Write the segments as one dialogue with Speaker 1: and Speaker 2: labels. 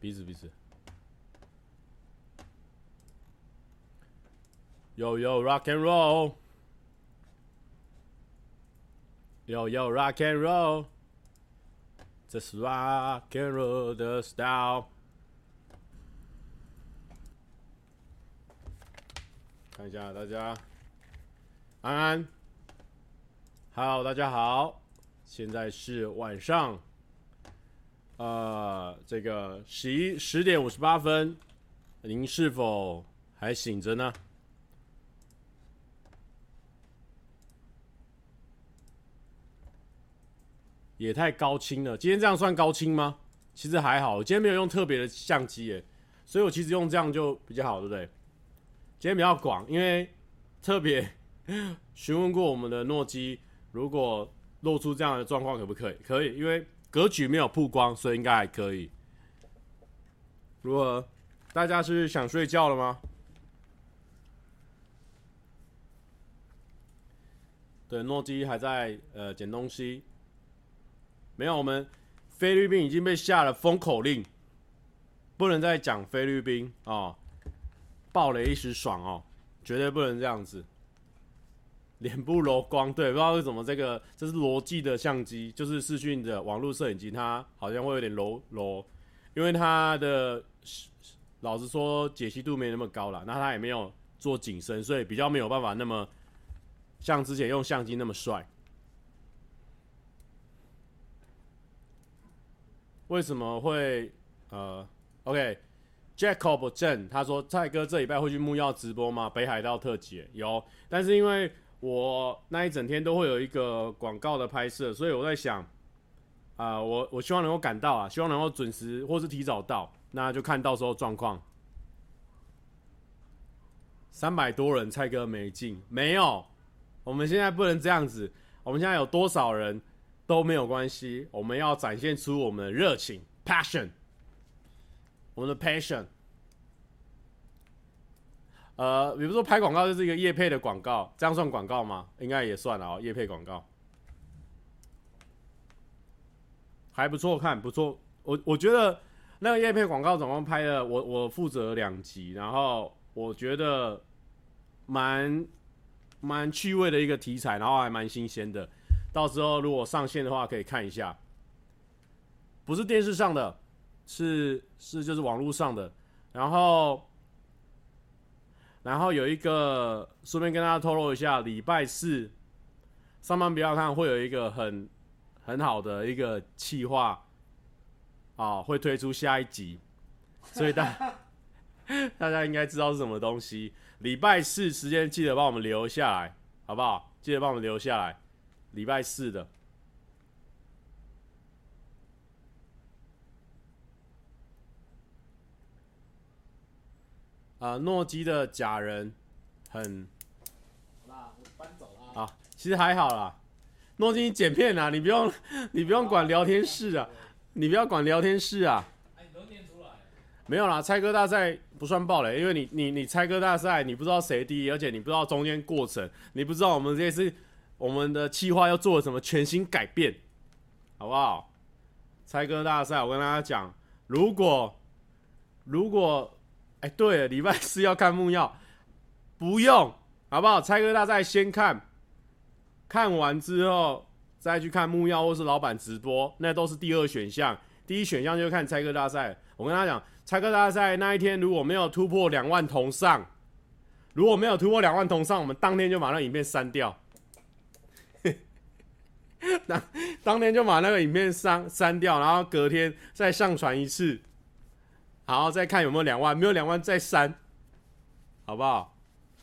Speaker 1: 彼此。Yo yo rock and roll， Yo yo rock and roll， 这是 rock and roll 的 style。看一下大家，安安 ，Hello， 大家好，现在是晚上，这个10点58分，您是否还醒着呢？也太高清了，今天这样算高清吗？其实还好，我今天没有用特别的相机耶，所以我其实用这样就比较好，对不对？今天比较广，因为特别询问过我们的诺基，如果露出这样的状况可不可以？可以，因为格局没有曝光，所以应该还可以。如何？大家是想睡觉了吗？对，诺基还在捡东西。没有，我们菲律宾已经被下了封口令，不能再讲菲律宾哦，爆雷一时爽哦，绝对不能这样子。脸部柔光，对，不知道为什么这是罗技的相机，就是视讯的网络摄影机，它好像会有点柔，因为它的老实说解析度没那么高啦，那它也没有做景深，所以比较没有办法那么像之前用相机那么帅。为什么会OK？Jacob 郑他说蔡哥这礼拜会去木曜直播吗？北海道特辑有，但是因为我那一整天都会有一个广告的拍摄，所以我在想我希望能够赶到啊，希望能够准时或是提早到，那就看到时候状况。300多人，蔡哥没进，没有，我们现在不能这样子，我们现在有多少人？都没有关系，我们要展现出我们的热情 ，passion， 我们的 passion。比如说拍广告就是一个业配的广告，这样算广告吗？应该也算了哦，业配广告，还不错看，不错。我觉得那个业配广告总共拍了，我负责2集，然后我觉得蛮趣味的一个题材，然后还蛮新鲜的。到时候如果上线的话，可以看一下，不是电视上的，是就是网络上的。然后有一个，顺便跟大家透露一下，礼拜4上班不要看会有一个很好的一个企划会推出下一集，所以大家应该知道是什么东西。礼拜4时间记得帮我们留下来，好不好？记得帮我们留下来。礼拜4的，诺基的假人很，
Speaker 2: 好啦，我搬走啦。
Speaker 1: 啊，其实还好啦。诺基剪片啊，你不用管聊天室啊，你不要管聊天室啊。
Speaker 2: 你都念出来。
Speaker 1: 没有啦，猜歌大赛不算爆雷，因为你猜歌大赛，你不知道谁第一，而且你不知道中间过程，你不知道我们这次。我们的企划要做什么全新改变，好不好？猜歌大赛，我跟大家讲，如果，对了，礼拜4要看木曜，不用，好不好？猜歌大赛先看完之后再去看木曜或是老板直播，那都是第2选项。第1选项就是看猜歌大赛。我跟大家讲，猜歌大赛那一天如果没有突破2万同上，我们当天就把那影片删掉。当天就把那个影片删掉，然后隔天再上传一次，然后再看有没有2万，没有2万再删，好不好？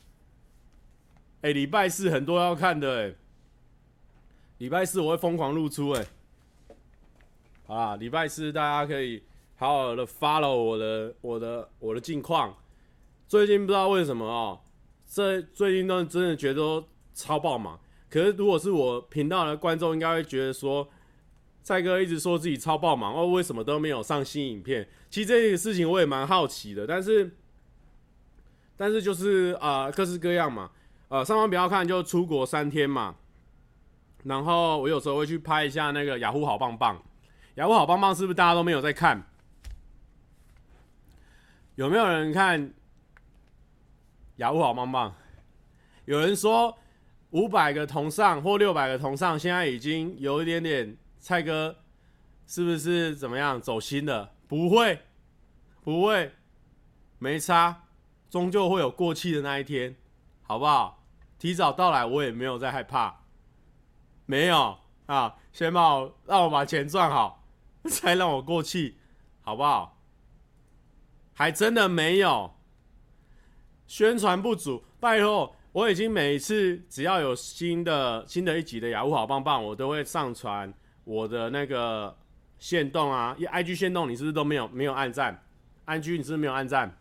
Speaker 1: 礼拜4很多要看的礼拜4我会疯狂露出好啦，礼拜4大家可以好好的 follow 我的近况。最近不知道为什么最近都真的觉得都超爆忙。可是如果是我频道的观众，应该会觉得说，蔡哥一直说自己超爆忙为什么都没有上新影片？其实这个事情我也蛮好奇的，但是就是各式各样嘛，上班不要看就出国3天嘛，然后我有时候会去拍一下那个雅虎好棒棒，雅虎好棒棒是不是大家都没有在看？ 有没有人看雅虎好棒棒？有人说500个同上或600个同上，现在已经有一点点蔡哥是不是怎么样走心了？不会，不会，没差，终究会有过气的那一天，好不好？提早到来，我也没有在害怕，没有啊，先让我把钱赚好，再让我过气，好不好？还真的没有，宣传不足，拜托，我已经每一次只要有新的一集的雅虎好棒棒，我都会上传我的那个限动啊 ，IG 限动，你是不是都没有按赞 ？IG 你是不是没有按赞？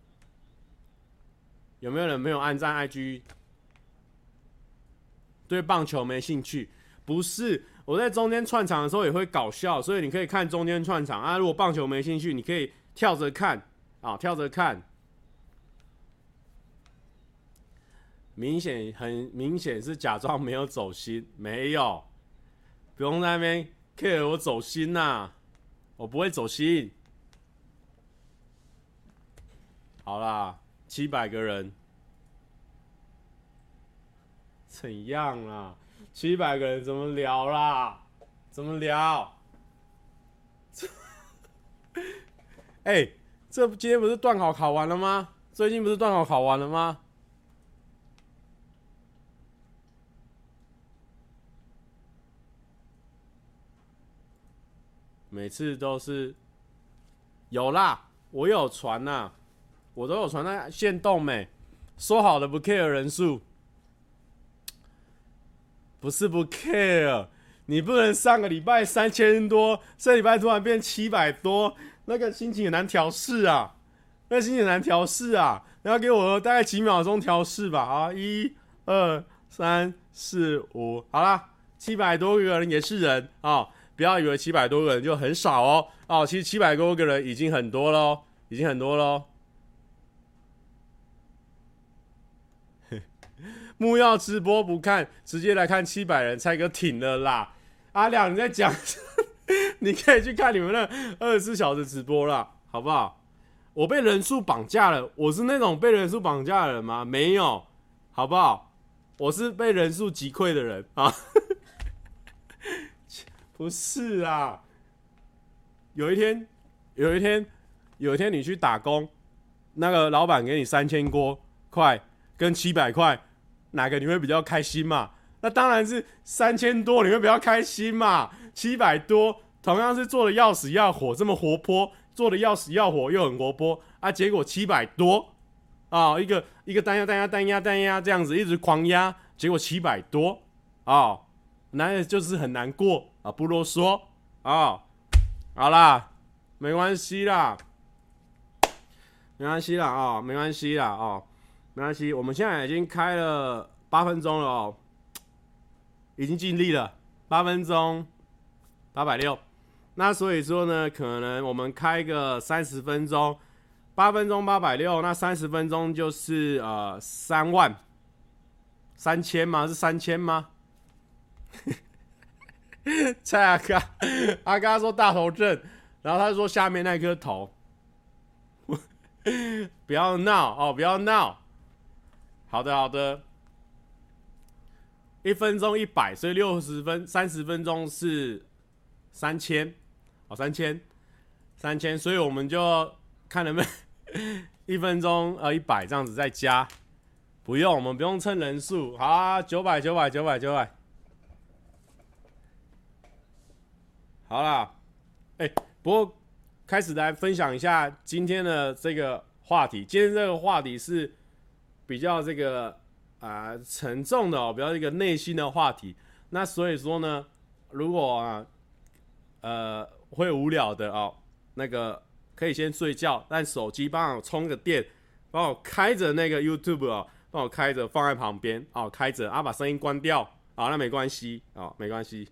Speaker 1: 有没有人没有按赞 IG？ 对棒球没兴趣？不是，我在中间串场的时候也会搞笑，所以你可以看中间串场啊。如果棒球没兴趣，你可以跳着看啊，跳着看。很明显是假装没有走心，没有，不用在那边 care 我走心呐，我不会走心。好啦，700个人，怎样啦？700个人怎么聊啦？怎么聊？哎、这今天不是段考考完了吗？最近不是段考考完了吗？每次都是有啦，我有传呐，我都有传在限动没，说好的不 care 人数，不是不 care， 你不能上个礼拜3000多，这礼拜突然变700多，那个心情很难调试啊，那心情很难调试啊，然后给我大概几秒钟调试吧，啊，1、2、3、4、5，好啦，700多个人也是人啊。不要以为700多个人就很少哦，哦，其实700多个人已经很多喽，已经很多喽。木曜直播不看，直接来看700人，蔡哥挺了啦。阿亮你在讲，你可以去看你们那24小时直播啦，好不好？我被人数绑架了，我是那种被人数绑架的人吗？没有，好不好？我是被人数击溃的人啊。不是啊，有一天你去打工，那个老板给你3000块跟700块，哪个你会比较开心嘛？那当然是3000多，你会比较开心嘛？700多，同样是做的要死要活，这么活泼，做的要死要活又很活泼啊，结果700多啊，一个单压这样子一直狂压，结果700多啊，那就是很难过。啊，不啰嗦啊，好啦，没关系啦，没关系啦啊，没关系啦啊，没关系。我们现在已经开了8分钟了哦，已经尽力了，8分钟860。那所以说呢，可能我们开个30分钟，8分钟860，那30分钟就是3万3000吗？是3000吗？蔡阿嘎说大头症，然后他就说下面那颗头，不要闹哦，不要闹。好的好的，1分钟100，所以30分钟是3000，哦3000，所以我们就看能不能1分钟100这样子再加，不用，我们不用称人数，好啊，900。好啦，不过开始来分享一下今天的这个话题。今天这个话题是比较这个沉重的哦，比较一个内心的话题。那所以说呢，如果会无聊的哦，那个可以先睡觉，但手机帮我充个电，帮我开着那个 YouTube 哦，帮我开着放在旁边哦，开着把声音关掉啊，那没关系哦，没关系。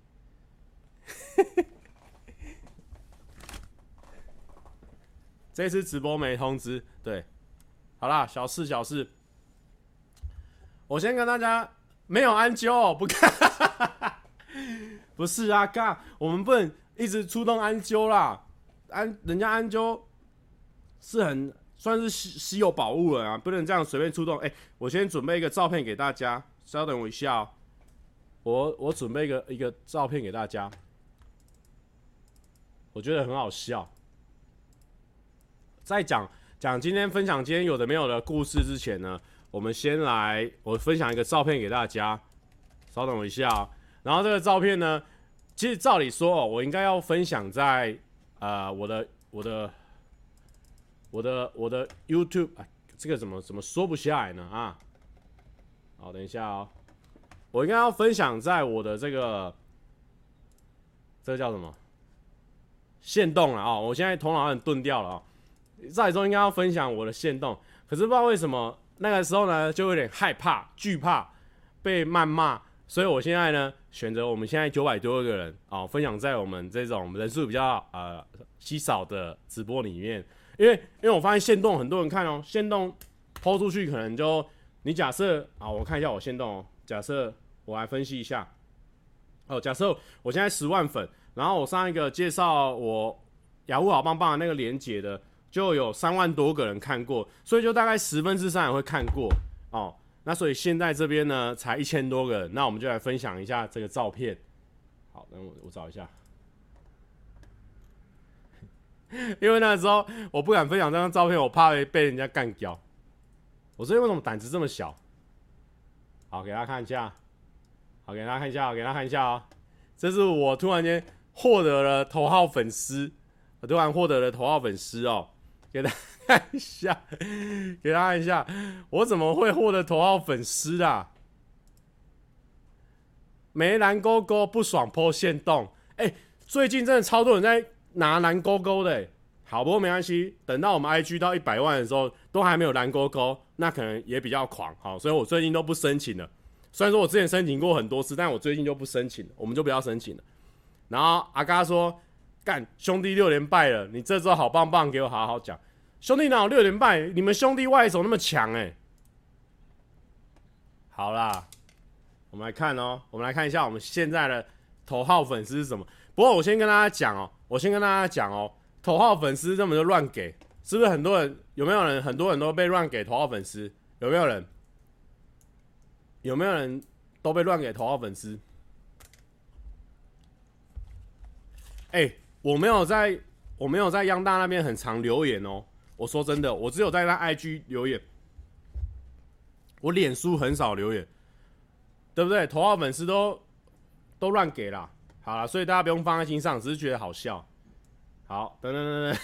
Speaker 1: 这次直播没通知，对，好啦，小事。我先跟大家，没有安啾哦，不看，不是啊，干，我们不能一直出动安啾啦，人家安啾是很算是稀有宝物了啊，不能这样随便出动。我先准备一个照片给大家，稍等我一下我准备一个照片给大家，我觉得很好笑。在讲今天分享今天有的没有的故事之前呢，我们先来我分享一个照片给大家，稍等我一下然后这个照片呢，其实照理说我应该要分享在我的 YouTube 这个怎么说不下来呢啊？好，等一下我应该要分享在我的这个叫什么限动了我现在头脑很钝掉了照理说应该要分享我的限动，可是不知道为什么那个时候呢就有点害怕惧怕被谩骂，所以我现在呢选择我们现在900多个人分享在我们这种人数比较稀少的直播里面，因为我发现限动很多人看限动 po 出去可能就你假设我看一下我限动假设我来分析一下假设我现在10万粉，然后我上一个介绍我雅虎好棒棒的那个连结的就有3万多个人看过，所以就大概3/10也会看过那所以现在这边呢才1000多个人，那我们就来分享一下这个照片。好，等我找一下，因为那时候我不敢分享这张照片，我怕被人家干掉。我最近为什么胆子这么小？好，给大家看一下。好，给大家看一下这是我突然间获得了头号粉丝，我突然获得了头号粉丝给大家看一下，我怎么会获得头号粉丝啊？没蓝勾勾不爽po限动，最近真的超多人在拿蓝勾勾的好，不过没关系，等到我们 IG 到100万的时候，都还没有蓝勾勾，那可能也比较狂，好，所以我最近都不申请了。虽然说我之前申请过很多次，但我最近就不申请了，我们就不要申请了。然后阿嘎说：“干，兄弟6连败了，你这周好棒棒，给我好好讲。兄弟哪有6连败？你们兄弟外手那么强好啦，我们来看我们来看一下我们现在的头号粉丝是什么。不过我先跟大家讲头号粉丝根本就乱给，是不是很多人？有没有人？很多人都被乱给头号粉丝？有没有人？有没有人都被乱给头号粉丝？我没有在央大那边很常留言我说真的，我只有在那 IG 留言，我脸书很少留言，对不对？头号粉丝都乱给啦，好啦，所以大家不用放在心上，只是觉得好笑。好，等，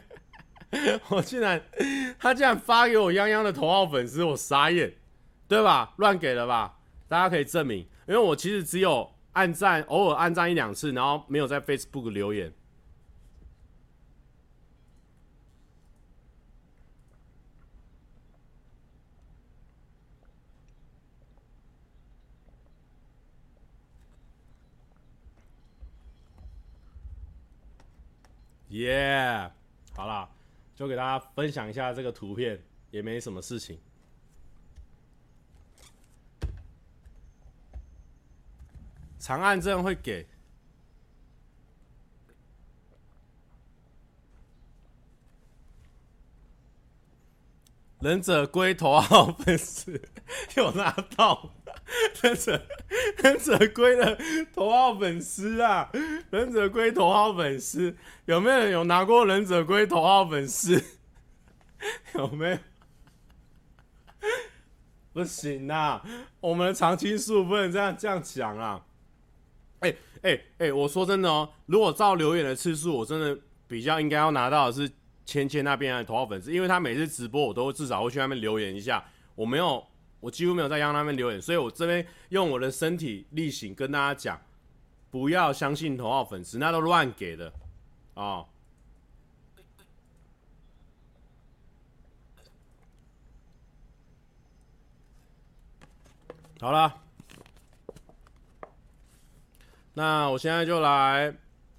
Speaker 1: 他竟然发给我泱泱的头号粉丝，我傻眼，对吧？乱给了吧？大家可以证明，因为我其实只有偶尔按赞1-2次，然后没有在 Facebook 留言。耶、好啦，就给大家分享一下这个图片，也没什么事情。长按证会给，忍者龟头号粉丝有拿到。忍者龟的头号粉丝啊，忍者龟头号粉丝，有没有人有拿过忍者龟头号粉丝？有没有？不行啊，我们的常青树不能这样讲啊！我说真的如果照留言的次数，我真的比较应该要拿到的是芊芊那边的头号粉丝，因为他每次直播我都至少会去那边留言一下，我几乎没有在央那边留言，所以我这边用我的身体力行跟大家讲，不要相信头号粉丝，那都乱给的好了，那我现在就来，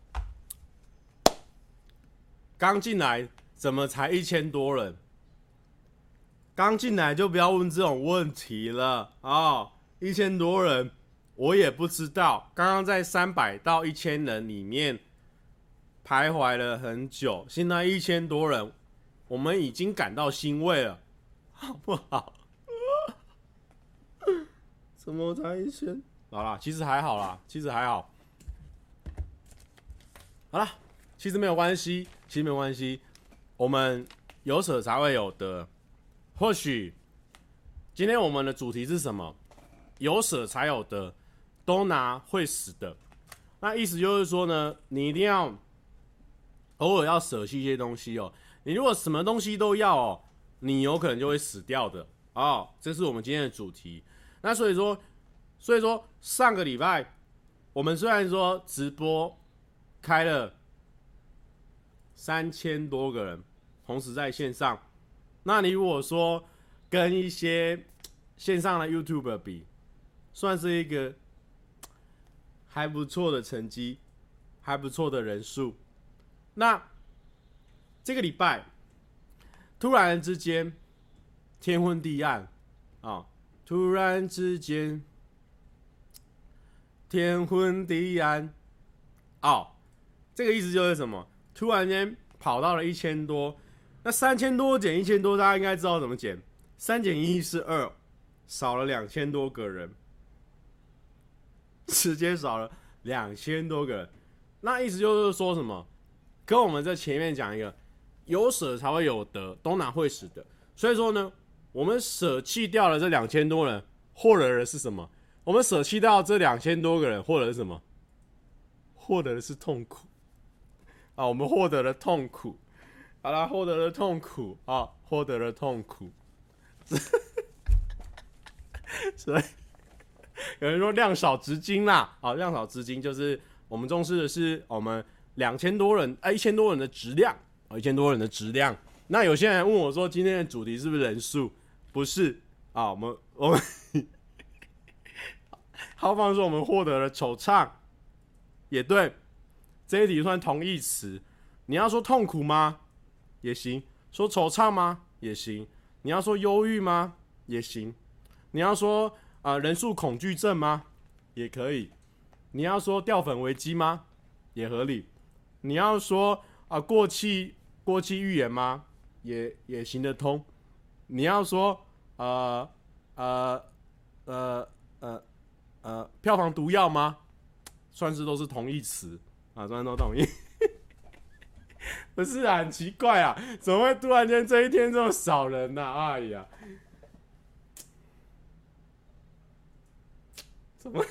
Speaker 1: 刚进来怎么才1000多人？刚进来就不要问这种问题了1000多人，我也不知道。刚刚在300到1000人里面徘徊了很久，现在1000多人， 我们已经感到欣慰了，好不好？怎么才1000？好啦，其实还好啦，其实还好。好啦，其实没有关系，其实没有关系。我们有舍才会有得。或许今天我们的主题是什么？有舍才有得，都拿会死的。那意思就是说呢，你一定要偶尔要舍弃一些东西哦。你如果什么东西都要哦，你有可能就会死掉的哦。这是我们今天的主题。那所以说上个礼拜我们虽然说直播开了3000多个人同时在线上，那你如果说跟一些线上的 YouTuber 比，算是一个还不错的成绩，还不错的人数。那这个礼拜突然之间天昏地暗啊！突然之间天昏地暗哦，这个意思就是什么？突然间跑到了1000多，那3000多减1000多，大家应该知道怎么减。3减1是2，少了2000多个人，直接少了2000多个人。那意思就是说什么？跟我们在前面讲一个，有舍才会有得，都拿会死的。所以说呢，我们舍弃掉了这2000多人，获得的是什么？我们舍弃掉这2000多个人，获得的是什么？获得的是痛苦啊！我们获得了痛苦，好啦，获得了痛苦啊，获得了痛苦。所以有人说量少质精啦，啊，量少质精就是我们重视的是我们2000多人，1000多人的质量，1000多人的质量。那有些人问我说，今天的主题是不是人数？不是啊，我们豪放说我们获得了惆怅，也对，这一题算同义词。你要说痛苦吗？也行。说惆怅吗？也行。你要说忧郁吗？也行。你要说人数恐惧症吗？也可以。你要说掉粉危机吗？也合理。你要说过气预言吗？也行得通。你要说票房毒药吗？算是都是同义词啊，算是都同义。不是啊，很奇怪啊，怎么会突然间这一天这么少人呢、啊？哎呀，怎么？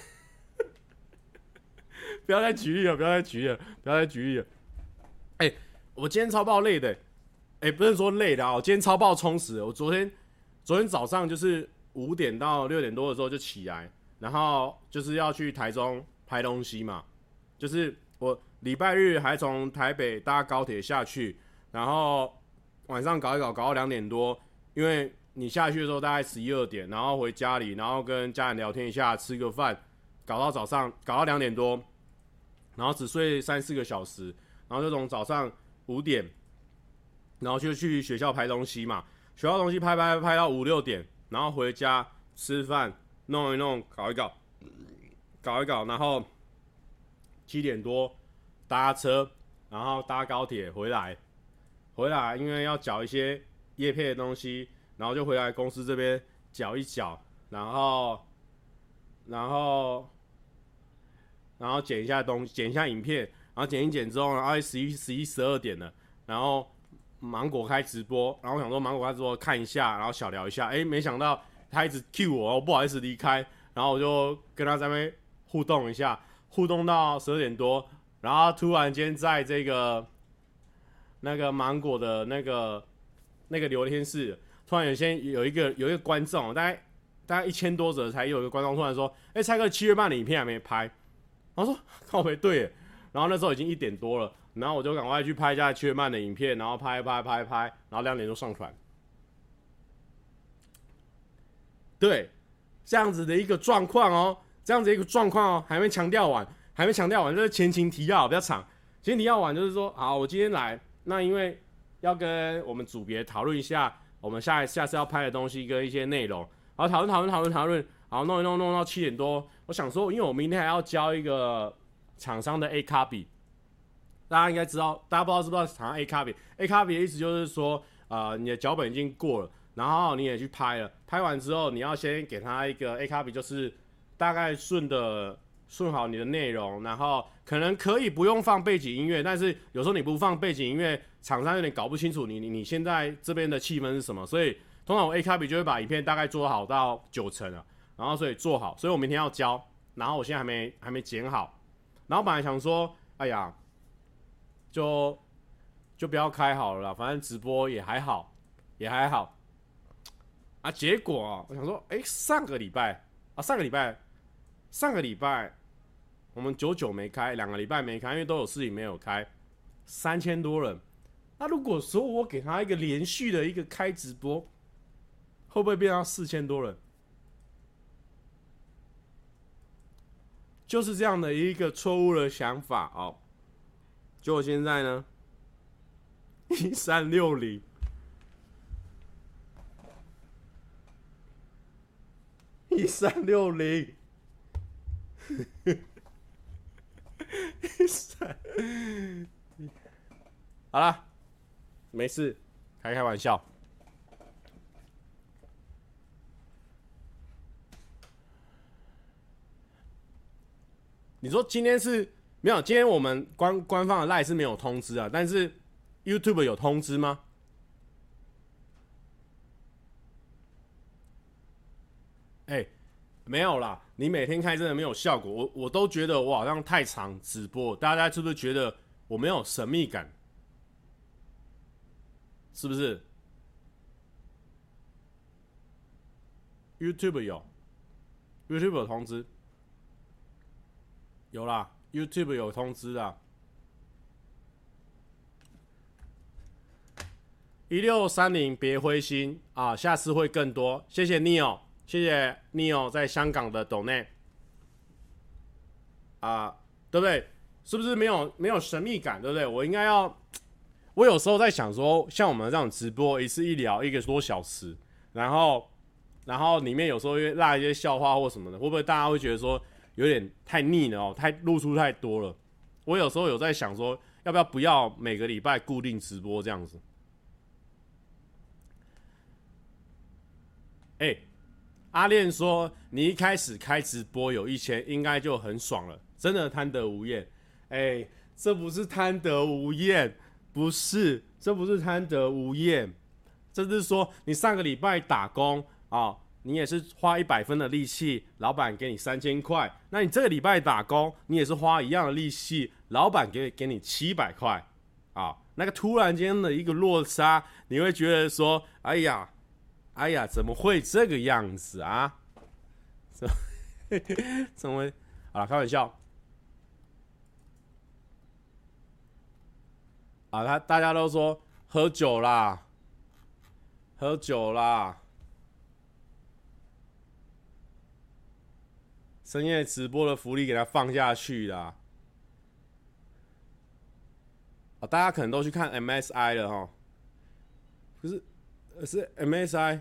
Speaker 1: 不要再举例了，不要再举例了，不要再举例了。我今天超爆累的，不是说累的啊，我今天超爆充实的。我昨天早上就是5点到6点多的时候就起来，然后就是要去台中拍东西嘛，就是我礼拜日还从台北搭高铁下去，然后晚上搞一搞，搞到2点多，因为你下去的时候大概11、2点，然后回家里，然后跟家人聊天一下，吃个饭，搞到2点多，然后只睡3-4个小时，然后就从早上5点，然后就去学校拍东西嘛，学校东西拍到5、6点，然后回家吃饭，弄一弄，搞一搞，然后7点多搭车，然后搭高铁回来，因为要缴一些业配的东西，然后就回来公司这边缴一缴，然后剪一下影片，然后剪一剪之后呢，11、12点了，然后芒果开直播，然后我想说芒果开直播看一下，然后小聊一下，没想到他一直 cue 我不好意思离开，然后我就跟他在那边互动一下，互动到12点多，然后突然间在这个那个芒果的那个聊天室，突然有一个观众，大概1000多则才有一个观众突然说，蔡哥7月半的影片还没拍，然后说靠北对耶，然后那时候已经1点多了，然后我就赶快去拍一下7月半的影片，然后拍，然后2点多上传。对，这样子的一个状况哦，还没强调完，就是前情提要比较长。前情提要完就是说，好，我今天来，那因为要跟我们组别讨论一下我们下次要拍的东西跟一些内容，然后讨论，好弄到7点多。我想说，因为我明天还要交一个厂商的 A 卡比，大家应该知道，大家不知道知不知道厂商 A 卡比？A 卡比的意思就是说， 你的脚本已经过了，然后你也去拍了，拍完之后你要先给他一个 A copy， 就是大概顺好你的内容，然后可能可以不用放背景音乐，但是有时候你不放背景音乐，厂商有点搞不清楚你现在这边的气氛是什么，所以通常我 A copy 就会把影片大概做好到90%了，然后所以做好，所以我明天要交，然后我现在还没剪好，然后本来想说，哎呀，就不要开好了啦，反正直播也还好啊。结果啊，我想说，上个礼拜我们久没开，2个礼拜没开，因为都有事情没有开，3000多人。那如果说我给他一个连续的一个开直播，会不会变到4000多人？就是这样的一个错误的想法哦。结果现在呢，1360。1360，好啦，没事，开玩笑。你说今天是没有？今天我们官方的 LINE 是没有通知啊，但是 YouTube 有通知吗？没有啦，你每天开真的没有效果，我都觉得我好像太常直播，大家是不是觉得我没有神秘感？是不是 ？YouTube 有通知，有啦 ，YouTube 有通知啦。1630，别灰心啊，下次会更多。谢谢 Neo。谢谢 Neo 在香港的donate啊，对不对？是不是没有神秘感，对不对？我应该要，我有时候在想说，像我们这样直播一次一聊1个多小时，然后里面有时候会拉一些笑话或什么的，会不会大家会觉得说有点太腻了哦，露出太多了？我有时候有在想说，要不要每个礼拜固定直播这样子？阿练说：“你一开始开直播有1000，应该就很爽了，真的贪得无厌。”这不是贪得无厌，不是，这不是贪得无厌，这是说你上个礼拜打工啊，你也是花100分的力气，老板给你3000块，那你这个礼拜打工，你也是花一样的力气，老板给你700块啊，那个突然间的一个落差，你会觉得说：“哎呀，怎么会这个样子啊？怎么会？好了，开玩笑。啊，大家都说喝酒啦，深夜直播的福利给他放下去啦。大家可能都去看 MSI 了哈，可是MSI。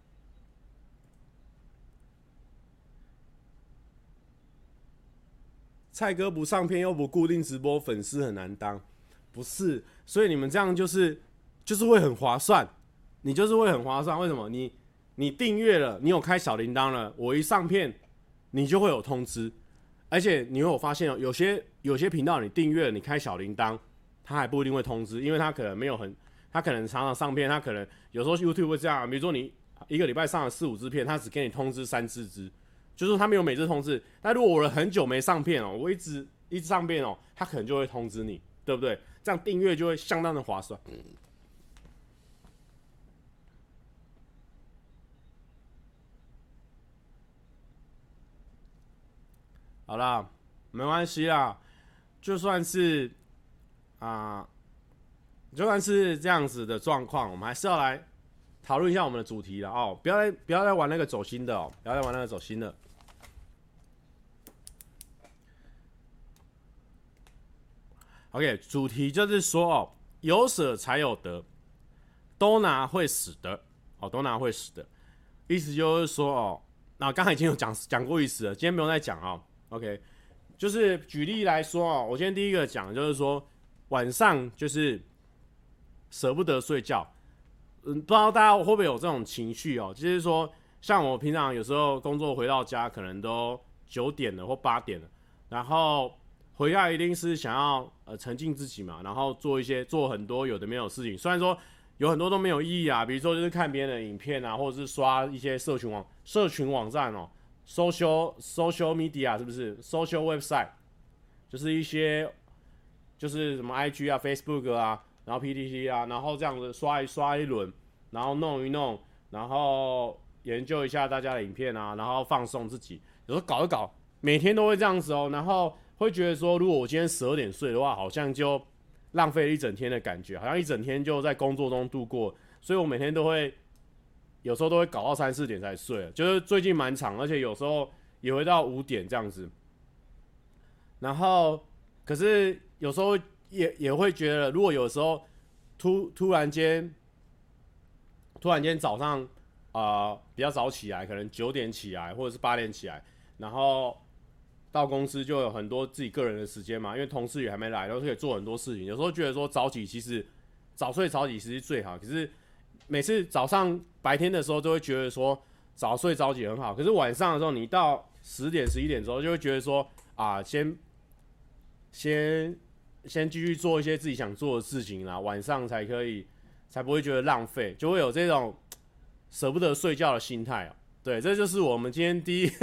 Speaker 1: 蔡哥不上片又不固定直播，粉丝很难当，不是？所以你们这样就是会很划算，你就是会很划算。为什么？你订阅了，你有开小铃铛了，我一上片，你就会有通知，而且你会有发现哦，有些频道你订阅了，你开小铃铛，他还不一定会通知，因为他可能没有他可能常常上片，他可能有时候 YouTube 会这样，比如说你一个礼拜上了4、5支片，他只给你通知3、4支。就是他没有每次通知，但如果我很久没上片哦，我一直上片哦，他可能就会通知你，对不对？这样订阅就会相当的划算。好啦，没关系啦，就算是就算是这样子的状况，我们还是要来讨论一下我们的主题了哦，不要再玩那个走心的哦，不要再玩那个走心的。OK， 主题就是说哦，有舍才有得，都拿会死的哦，都拿会死的，意思就是说哦，那刚才已经有讲过意思了，今天不用再讲哦。OK， 就是举例来说哦，我今天第一个讲就是说晚上就是舍不得睡觉， 不知道大家会不会有这种情绪哦？就是说，像我平常有时候工作回到家，可能都9点了或8点了，然后回家一定是想要沉浸自己嘛，然后做很多有的没有的事情。虽然说有很多都没有意义啊，比如说就是看别人的影片啊，或者是刷一些社群网站哦，social media 是不是 social website， 就是一些就是什么 IG 啊、Facebook 啊，然后 PTT 啊，然后这样子刷一轮，然后弄一弄，然后研究一下大家的影片啊，然后放松自己。有时候搞一搞，每天都会这样子哦，然后会觉得说，如果我今天12点睡的话，好像就浪费了一整天的感觉，好像一整天就在工作中度过，所以我每天都会，有时候都会搞到3、4点才睡，就是最近蛮长，而且有时候也会到5点这样子。然后，可是有时候也会觉得，如果有时候突然间早上比较早起来，可能9点起来，或者是8点起来，然后到公司就有很多自己个人的时间嘛，因为同事也还没来，然后可以做很多事情。有时候觉得说早睡早起其实最好，可是每次早上白天的时候都会觉得说早睡早起很好，可是晚上的时候你到10点11点之后就会觉得说先继续做一些自己想做的事情啦，晚上才不会觉得浪费，就会有这种舍不得睡觉的心态哦。对，这就是我们今天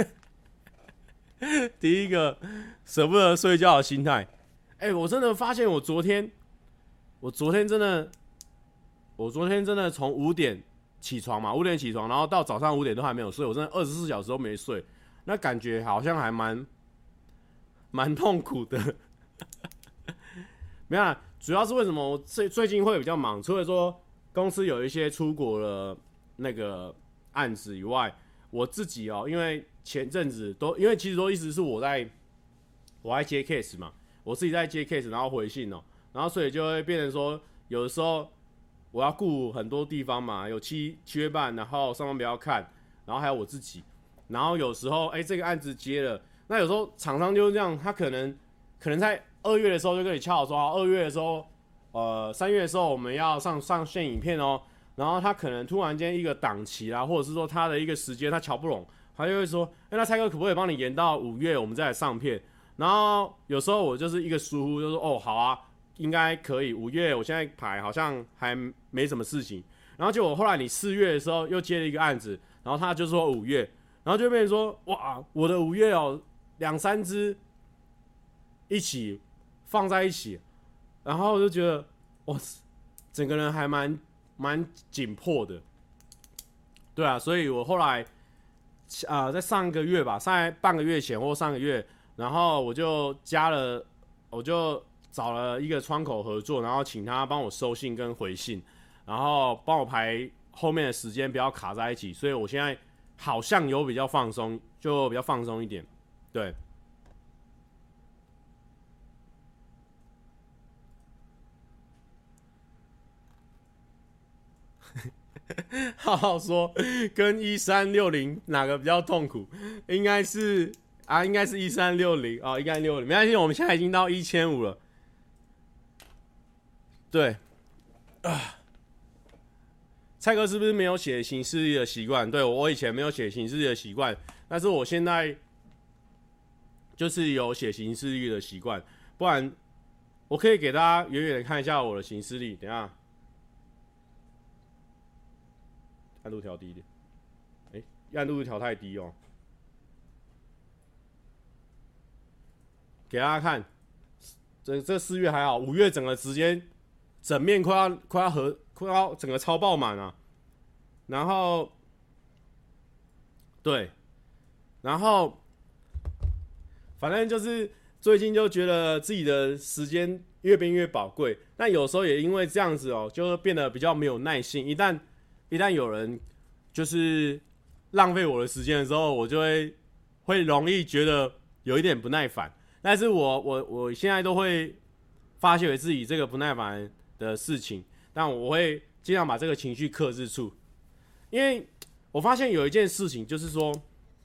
Speaker 1: 第一个舍不得睡觉的心态。我真的发现我昨天真的从5点起床嘛，5点起床，然后到早上5点都还没有睡，我真的24小时都没睡，那感觉好像还蛮痛苦的。没有啦，主要是为什么我最近会比较忙？除了说公司有一些出国的那个案子以外，我自己因为前阵子因为其实都一直是我在接 case 嘛，我自己在接 case， 然后回信然后所以就会变成说，有的时候我要顾很多地方嘛，有7月半，然后上班不要看，然后还有我自己，然后有时候这个案子接了，那有时候厂商就是这样，他可能在2月的时候就跟你敲好说，2月的时候3月的时候我们要上线影片哦，然后他可能突然间一个档期啦，或者是说他的一个时间他瞧不拢，他就会说，那蔡哥可不可以帮你延到5月我们再来上片？然后有时候我就是一个疏忽，就说好啊，应该可以，5月我现在排好像还没什么事情，然后结果后来你4月的时候又接了一个案子，然后他就说5月，然后就变成说哇，我的5月2、3支一起放在一起，然后我就觉得哇，整个人还蛮紧迫的，对啊，所以我后来在上个月吧，在半个月前或上个月，然后我就找了一个窗口合作，然后请他帮我收信跟回信，然后帮我排后面的时间不要卡在一起，所以我现在好像有比较放松，就比较放松一点，对。浩浩说，跟1360哪个比较痛苦？应该是1360啊，1360，没关系，我们现在已经到1500了。对，蔡哥是不是没有写行事历的习惯？对，我以前没有写行事历的习惯，但是我现在就是有写行事历的习惯，不然我可以给大家远远的看一下我的行事历，等一下。暗度调低一点，暗度调太低哦。给大家看，这4月还好，5月整个时间整面快要整个超爆满啊。然后，对，然后反正就是最近就觉得自己的时间越变越宝贵，但有时候也因为这样子就会变得比较没有耐心。一旦有人就是浪费我的时间的时候，我就会容易觉得有一点不耐烦。但是我现在都会发现自己这个不耐烦的事情，但我会尽量把这个情绪克制住。因为我发现有一件事情，就是说，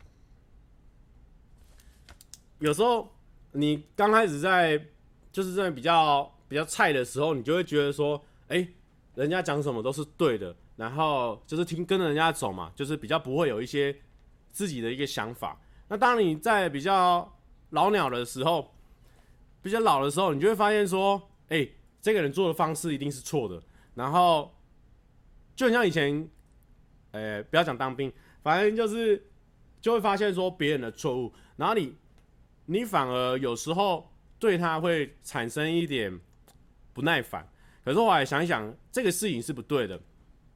Speaker 1: 有时候你刚开始就是在比较菜的时候，你就会觉得说，人家讲什么都是对的。 然后就是跟着人家走嘛，就是比较不会有一些自己的一个想法。那当你在比较老鸟的时候，比较老的时候，你就会发现说，这个人做的方式一定是错的。然后就很像以前，不要讲当兵，反正就是就会发现说别人的错误，然后你反而有时候对他会产生一点不耐烦。可是后来想一想，这个事情是不对的，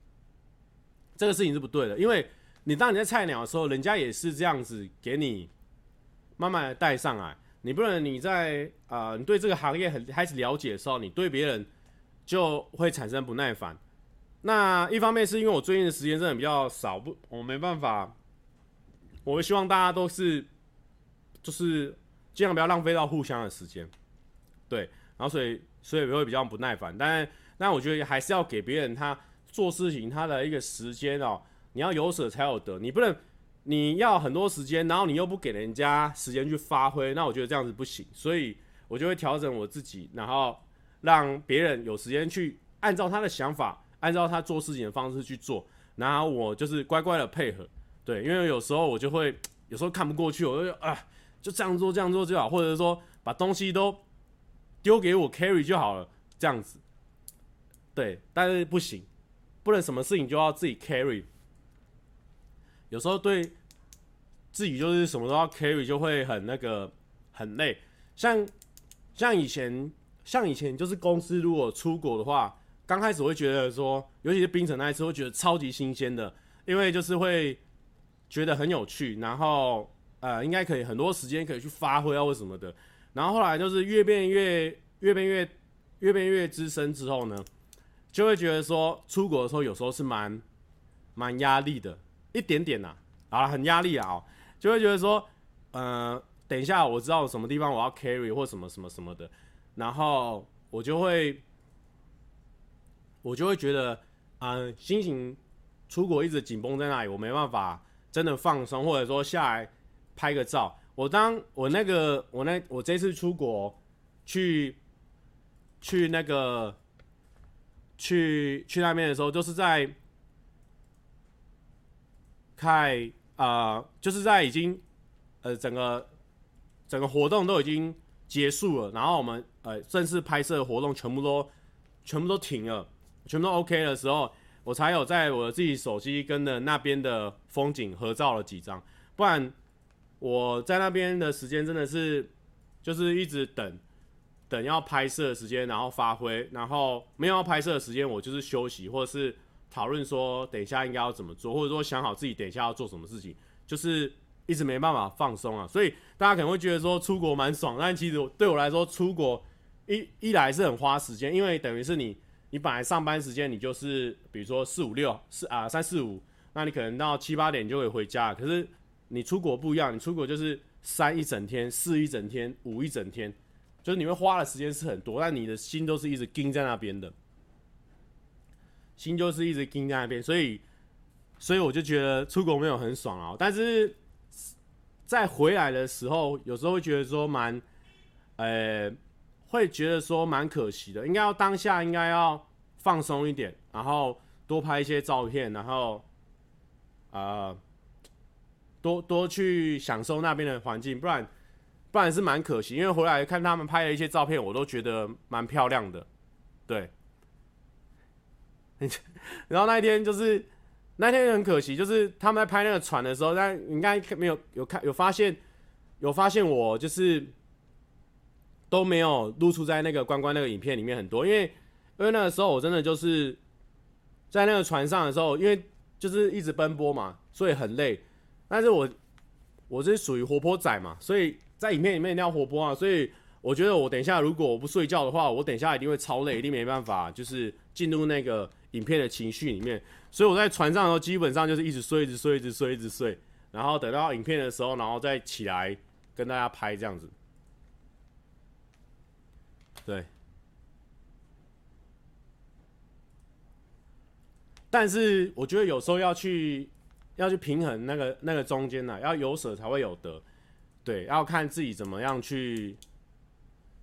Speaker 1: 因为当你在菜鸟的时候，人家也是这样子给你慢慢的带上来。你不能你在你对这个行业开始了解的时候，你对别人就会产生不耐烦。那一方面是因为我最近的时间真的比较少，我没办法，我会希望大家都是就是尽量不要浪费到互相的时间，对，然后所以会比较不耐烦。但我觉得还是要给别人他做事情他的一个时间哦，你要有舍才有得，你不能你要很多时间，然后你又不给人家时间去发挥，那我觉得这样子不行。所以我就会调整我自己，然后让别人有时间去按照他的想法，按照他做事情的方式去做，然后我就是乖乖的配合。对，因为有时候我就会有时候看不过去，我就就这样做就好，或者说把东西都丢给我 carry 就好了，这样子。对，但是不行，不能什么事情就要自己 carry。有时候对自己就是什么都要 carry， 就会很累。像以前就是公司如果出国的话，刚开始会觉得说，尤其是槟城那一次，会觉得超级新鲜的，因为就是会觉得很有趣，然后应该可以很多时间可以去发挥啊或什么的。然后后来就是越变越资深之后呢，就会觉得说出国的时候有时候是蛮压力的，一点点很压力啊，就会觉得说等一下我知道什么地方我要 carry 或什么什么什么的，然后我就会觉得心情出国一直紧绷在那里，我没办法真的放松，或者说下来拍个照。我这次出国去那边的时候，就是在就是在已经整个活动都已经结束了，然后我们正式拍摄的活动全部都停了，全部都 OK 的时候，我才有在我自己手机跟的那边的风景合照了几张，不然我在那边的时间真的是就是一直等要拍摄的时间，然后发挥，然后没有要拍摄的时间，我就是休息，或者是讨论说等一下应该要怎么做，或者说想好自己等一下要做什么事情，就是一直没办法放松啊。所以大家可能会觉得说出国蛮爽，但其实对我来说，出国一来是很花时间，因为等于是你本来上班时间你就是比如说4、5、6、3、4、5，那你可能到7、8点就可以回家，可是你出国不一样，你出国就是3一整天、4一整天、5一整天，就是你会花的时间是很多，但你的心都是一直盯在那边的，心就是一直盯在那边，所以我就觉得出国没有很爽啊。但是在回来的时候，有时候会觉得说会觉得说蛮可惜的，当下应该要放松一点，然后多拍一些照片，然后多去享受那边的环境，不然是蛮可惜。因为回来看他们拍的一些照片，我都觉得蛮漂亮的，对。然后那一天很可惜，就是他们在拍那个船的时候，但应该没有发现我就是都没有露出在那个观光那个影片里面很多，因为那个时候我真的就是在那个船上的时候，因为就是一直奔波嘛，所以很累。但是我是属于活泼仔嘛，所以在影片里面一定要活泼啊，所以我觉得我等一下如果我不睡觉的话，我等一下一定会超累，一定没办法就是进入那个影片的情绪里面。所以我在船上的时候基本上就是一直睡，然后等到影片的时候，然后再起来跟大家拍这样子。对。但是我觉得有时候要去平衡那个中间呢，要有舍才会有得，对，要看自己怎么样去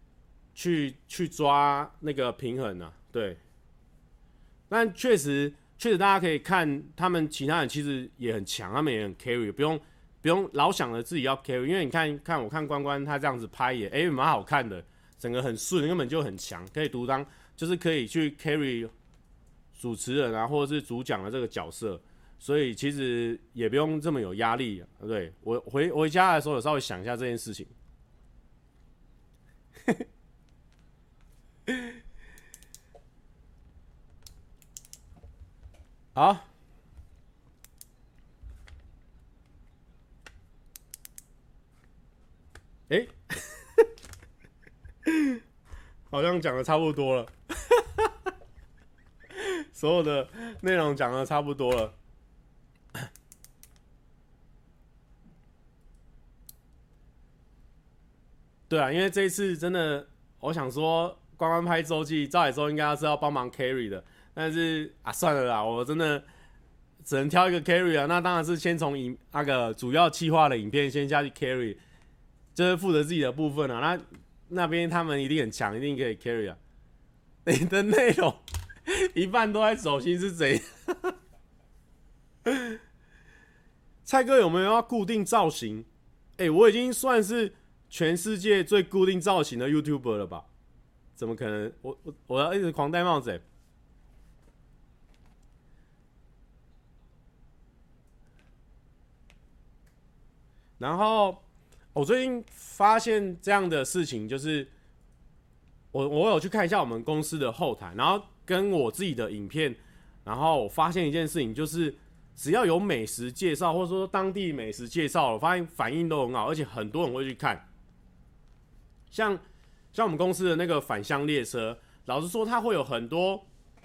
Speaker 1: 抓那个平衡啊，对。但确实确实大家可以看他们其他人其实也很强，他们也很 carry， 不用老想着自己要 carry， 因为你看我看关关他这样子拍也蛮好看的，整个很顺，根本就很强，可以独当，就是可以去 carry 主持人啊或者是主讲的这个角色，所以其实也不用这么有压力。对，我回家的时候有稍微想一下这件事情。好。好像讲的差不多了，所有的内容讲的差不多了。对啊，因为这一次真的，我想说，关关拍周记，照理说应该是要帮忙 carry 的，但是啊，算了啦，我真的只能挑一个 carry 啊。那当然是先从那个主要企划的影片先下去 carry， 就是负责自己的部分啊。那边他们一定很强，一定可以 carry 啊。你的内容一半都在走心是怎样？蔡哥有没有要固定造型？我已经算是全世界最固定造型的 YouTuber 了吧？怎么可能？我要一直狂戴帽子然后我最近发现这样的事情，就是我有去看一下我们公司的后台，然后跟我自己的影片，然后我发现一件事情，就是只要有美食介绍或者说当地美食介绍，我发现反应都很好，而且很多人会去看。像我们公司的那个返乡列车，老实说，它有很多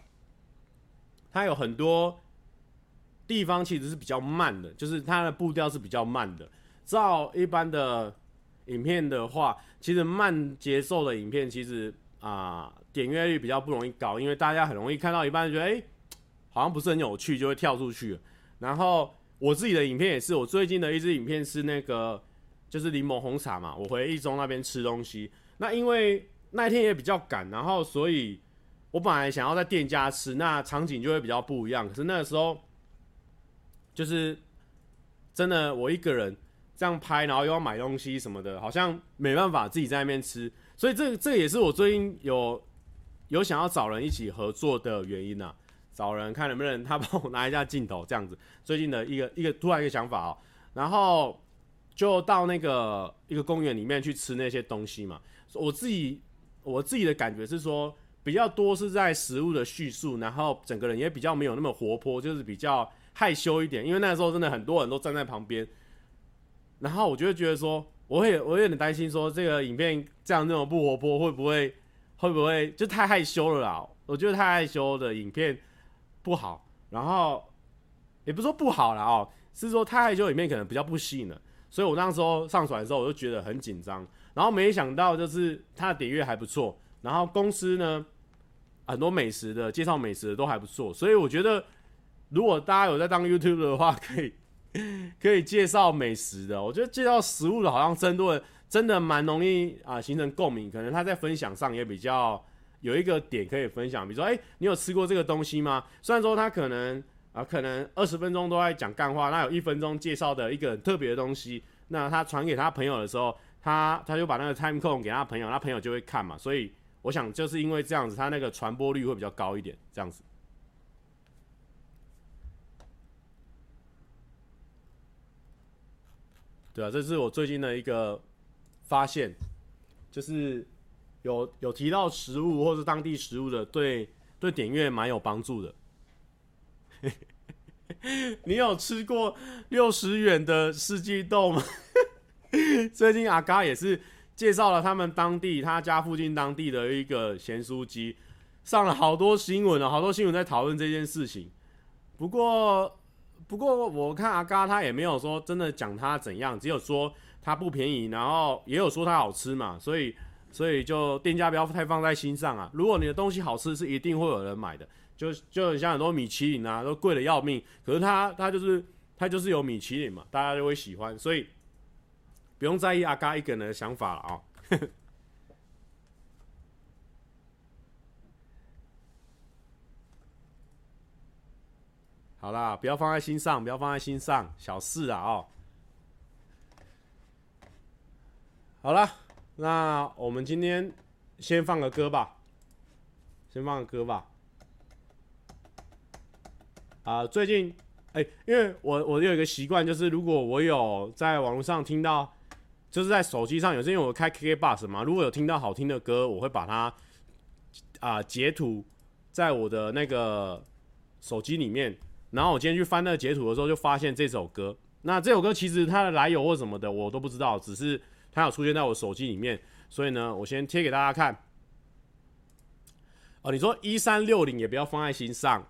Speaker 1: 地方其实是比较慢的，就是它的步调是比较慢的。照一般的影片的话，其实慢节奏的影片其实点阅率比较不容易高，因为大家很容易看到一半觉得好像不是很有趣，就会跳出去了。然后我自己的影片也是，我最近的一支影片是那个就是柠檬红茶嘛，我回一中那边吃东西。那因为那一天也比较赶，然后所以我本来想要在店家吃，那场景就会比较不一样。可是那个时候就是真的我一个人这样拍，然后又要买东西什么的，好像没办法自己在那边吃。所以这也是我最近有想要找人一起合作的原因啊。找人看能不能他帮我拿一下镜头这样子。最近的突然一个想法哦，然后就到那个一个公园里面去吃那些东西嘛。我自己的感觉是说，比较多是在食物的叙述，然后整个人也比较没有那么活泼，就是比较害羞一点。因为那时候真的很多人都站在旁边，然后我就会觉得说，我有点担心说，这个影片这样那么不活泼，会不会就太害羞了啦？我觉得太害羞的影片不好，然后也不是说不好啦是说太害羞的影片可能比较不吸引人，所以我那时候上传的时候我就觉得很紧张，然后没想到就是它的点阅还不错，然后公司呢很多美食的介绍美食的都还不错，所以我觉得如果大家有在当 YouTuber 的话，可以介绍美食的，我觉得介绍食物的好像真的蛮容易形成共鸣，可能他在分享上也比较有一个点可以分享，比如说你有吃过这个东西吗？虽然说他可能20分钟都在讲干话，那有1分钟介绍的一个很特别的东西，那他传给他朋友的时候，他就把那个 time code 给他朋友，他朋友就会看嘛，所以我想就是因为这样子，他那个传播率会比较高一点，这样子。对啊，这是我最近的一个发现，就是有提到食物或是当地食物的，对点阅蛮有帮助的。你有吃过60元的四季豆吗？最近阿嘎也是介绍了他家附近当地的一个咸酥鸡，上了好多新闻好多新闻在讨论这件事情。不过我看阿嘎他也没有说真的讲他怎样，只有说他不便宜，然后也有说他好吃嘛，所以就店家不要太放在心上啊。如果你的东西好吃，是一定会有人买的。就很像很多米其林啊，都贵的要命，可是他就是有米其林嘛，大家就会喜欢，所以不用在意阿嘎一个人的想法了好啦，不要放在心上，不要放在心上，小事啊哦。好啦，那我们今天先放个歌吧，最近因为我有一个习惯，就是如果我有在网络上听到，就是在手机上，有时因为我开 KKBOX 嘛，如果有听到好听的歌，我会把它截图在我的那个手机里面。然后我今天去翻那个截图的时候，就发现这首歌。那这首歌其实它的来由或什么的我都不知道，只是它有出现在我手机里面，所以呢，我先贴给大家看。你说1360也不要放在心上。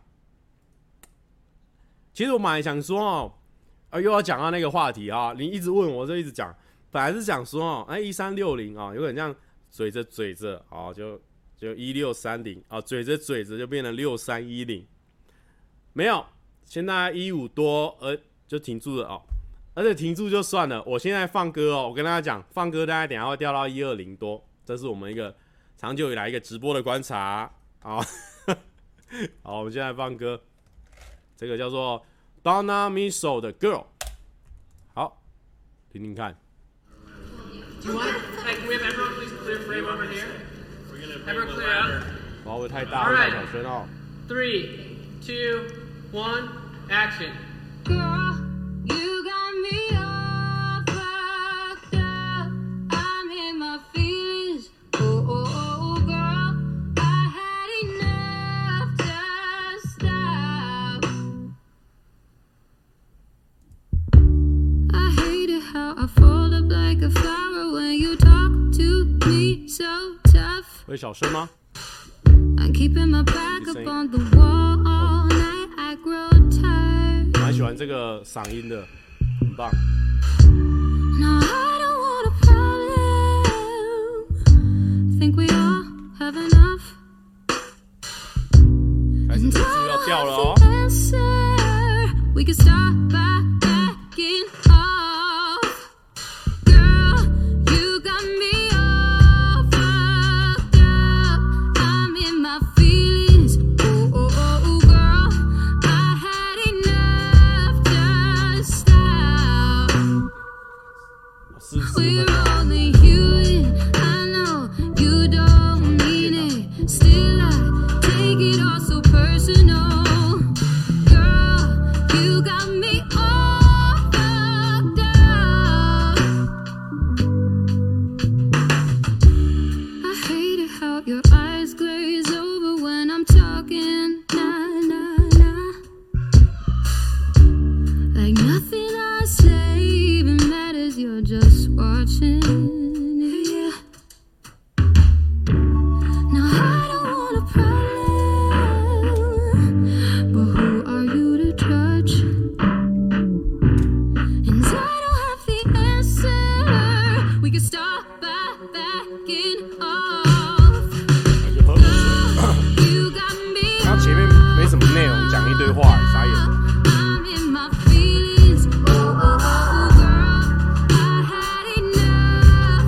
Speaker 1: 其实我本来想说又要讲到那个话题啊，你一直问我就一直讲。本来是想说1360有点像嘴着就1630嘴着就变成6310，没有。现在15多，就停住了而且停住就算了。我现在放歌我跟大家讲，放歌大概等一下会掉到120多，这是我们一个长久以来一个直播的观察好，我们现在放歌，这个叫做 Donna Miso 的 Girl， 好，听听看。
Speaker 3: Do you want? Hey, can we have everyone please clear frame over here? Everyone clear out.
Speaker 1: 会不会太大太小声
Speaker 3: 3, 2, 1, action.
Speaker 4: Girl, you got me all fucked up. I'm in my feelings. Oh, girl, I had enough. Just stop. I hate it how I fold up like a flower when you talk to me so tough.
Speaker 1: 会小声吗？
Speaker 4: I'm keeping my back up on the wall all night. I grow tired.
Speaker 1: 蛮喜欢这个嗓音的，很棒。
Speaker 4: No, I don't want a problem. Think we all have enough.
Speaker 1: 开始字要掉了
Speaker 4: We can start by backing off. Girl, you got me all fucked up. I'm in my feelings. Oh, girl, I had enough. Just stop. We're only human. I know you don't mean it. Still, I take it all so personal. Girl, you got me all fucked up. I hate it how your eyes glaze over when I'm talking. Nah. Like nothing I say even matters. You're just watching. Yeah. No, I don't want a problem, but who are you to judge? And I don't have the answer. We can start by backing off. You got me.
Speaker 1: 他前面没什么内容，讲一堆话，傻眼。
Speaker 4: I'm in my feelings. Oh, girl, I had enough.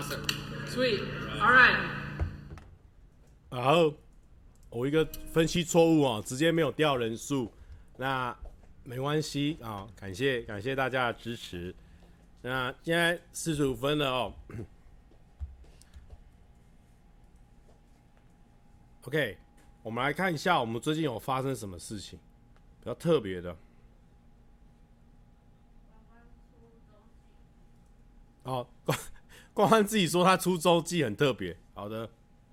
Speaker 3: Awesome. Sweet. All right.
Speaker 1: 然后我一个分析错误哦，直接没有掉人数，那没关系啊、感谢大家的支持。那现在45分了哦。OK， 我们来看一下我们最近有发生什么事情比较特别的。哦，光欢自己说他出周记很特别。好的，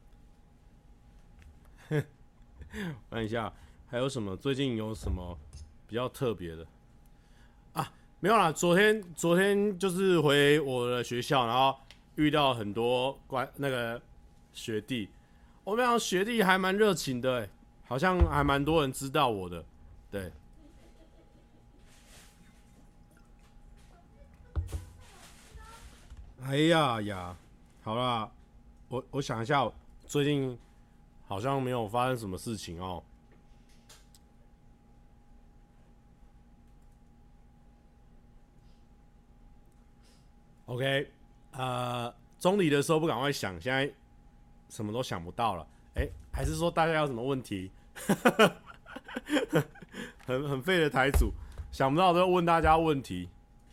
Speaker 1: 我看一下还有什么，最近有什么比较特别的啊？没有啦，昨天就是回我的学校，然后遇到很多那个学弟，我们讲学弟还蛮热情的、欸，好像还蛮多人知道我的，对。哎呀，好啦，我想一下，最近好像没有发生什么事情哦。OK， 中离的时候不赶快想，现在什么都想不到了。还是说大家有什么问题？很废的台主，想不到都要问大家问题。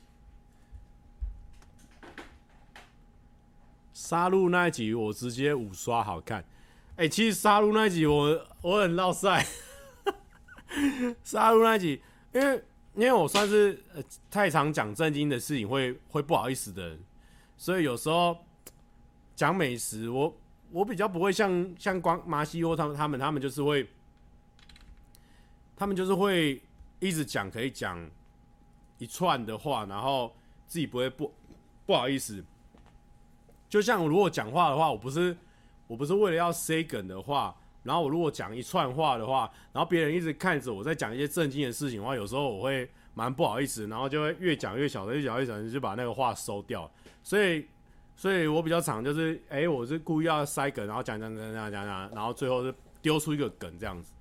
Speaker 1: 杀戮那一集我直接5刷好看，其实杀戮那一集我很落赛，杀戮那一集，因为我算是太常讲正经的事情会不好意思的人，所以有时候讲美食我比较不会像光麻西欧他们就是会一直讲，可以讲一串的话，然后自己不会不好意思。就像如果讲话的话，我不是为了要 say 梗的话，然后我如果讲一串话的话，然后别人一直看着我在讲一些正经的事情的话，有时候我会蛮不好意思，然后就会越讲越小声，就把那个话收掉。所以我比较常就是我是故意要塞梗，然后讲，然后最后就丢出一个梗这样子。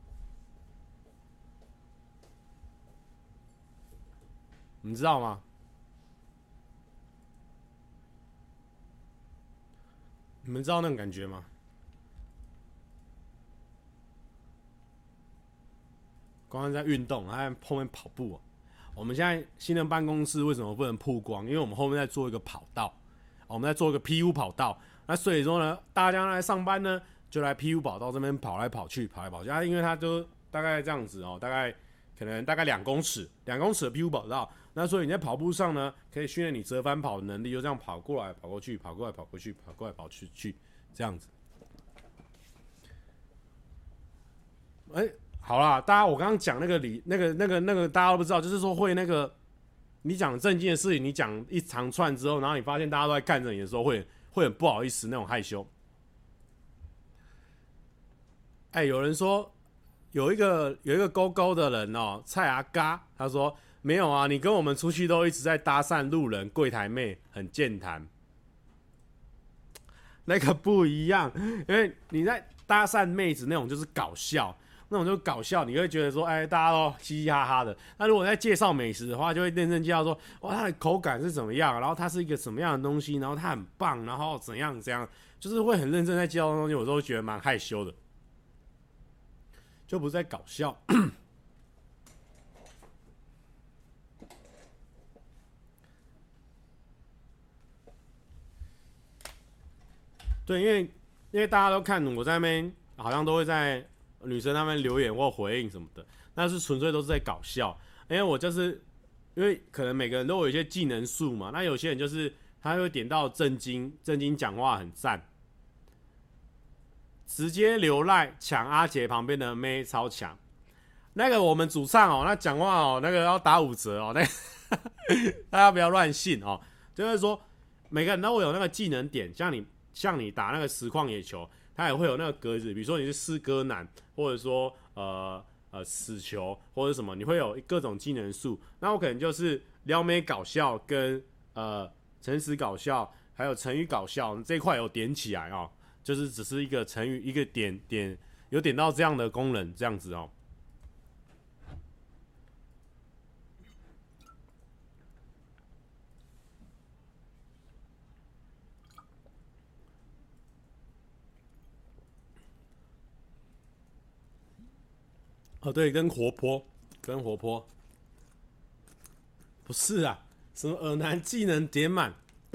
Speaker 1: 你知道吗？你们知道那种感觉吗？刚刚在运动，还在后面跑步、啊。我们现在新的办公室为什么不能曝光？因为我们后面在做一个跑道，我们在做一个 PU 跑道。那所以说呢，大家来上班呢，就来 PU 跑道这边跑来跑去。因为它就大概这样子哦，大概2公尺的 PU 跑道。那所以你在跑步上呢，可以训练你折返跑的能力，就这样跑过来跑过去，跑过来跑过去，跑过来跑去，这样子。好啦，大家我刚刚讲那个大家都不知道，就是说会那个你讲正经的事情，你讲一长串之后，然后你发现大家都在看着你的时候，会很不好意思那种害羞。有人说有一个勾勾的人哦，蔡阿嘎，他说没有啊，你跟我们出去都一直在搭讪路人、柜台妹，很健谈。那个不一样，因为你在搭讪妹子那种就是搞笑。那种就搞笑，你会觉得说，大家都嘻嘻哈哈的。那如果在介绍美食的话，就会认真介绍说，哇，它的口感是怎么样，然后它是一个什么样的东西，然后它很棒，然后怎样，就是会很认真在介绍的东西，我都觉得蛮害羞的，就不是在搞笑。对，因为大家都看我在那边，好像都会在女生那边留言或回应什么的，那是纯粹都是在搞笑。因为我就是因为可能每个人都有一些技能树嘛，那有些人就是他会点到正经讲话很赞，直接流赖抢阿杰旁边的妹超强。那个我们主唱哦，那讲话哦，那个要打5折哦，那大家不要乱信哦。就是说每个人都会有那个技能点，像你打那个实况野球。它也会有那个格子，比如说你是四哥男，或者说死球或者什么，你会有各种技能树。那我可能就是撩妹搞笑跟诚实搞笑，还有成语搞笑这一块有点起来哦，就是只是一个成语一个点有点到这样的功能这样子哦。 哦，对，跟活泼，不是啊，什么耳男技能点满。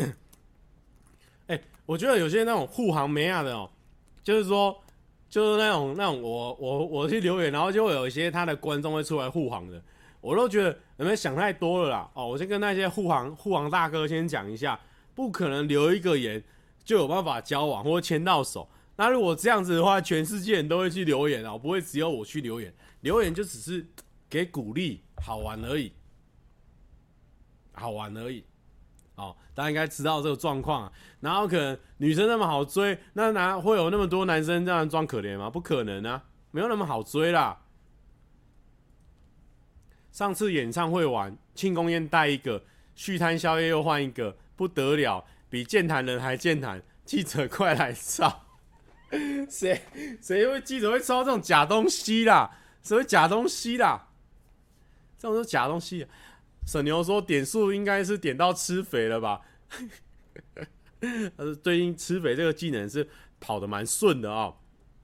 Speaker 1: 我觉得有些那种护航没啊的哦，就是那种我去留言，然后就会有一些他的观众会出来护航的，我都觉得有没有想太多了啦？哦，我先跟那些护航大哥先讲一下，不可能留一个言就有办法交往或牵到手。那如果这样子的话，全世界人都会去留言啊，不会只有我去留言。留言就只是给鼓励，好玩而已。哦，大家应该知道这个状况啊。然后可能女生那么好追，那哪会有那么多男生这样装可怜吗？不可能啊，没有那么好追啦。上次演唱会完，庆功宴带一个，续摊宵夜又换一个，不得了，比健谈人还健谈。记者快来照！谁会记者会抄这种假东西啦？谁会假东西啦？这种是假东西。沈牛说点数应该是点到吃肥了吧？最近吃肥这个技能是跑得蛮顺的哦。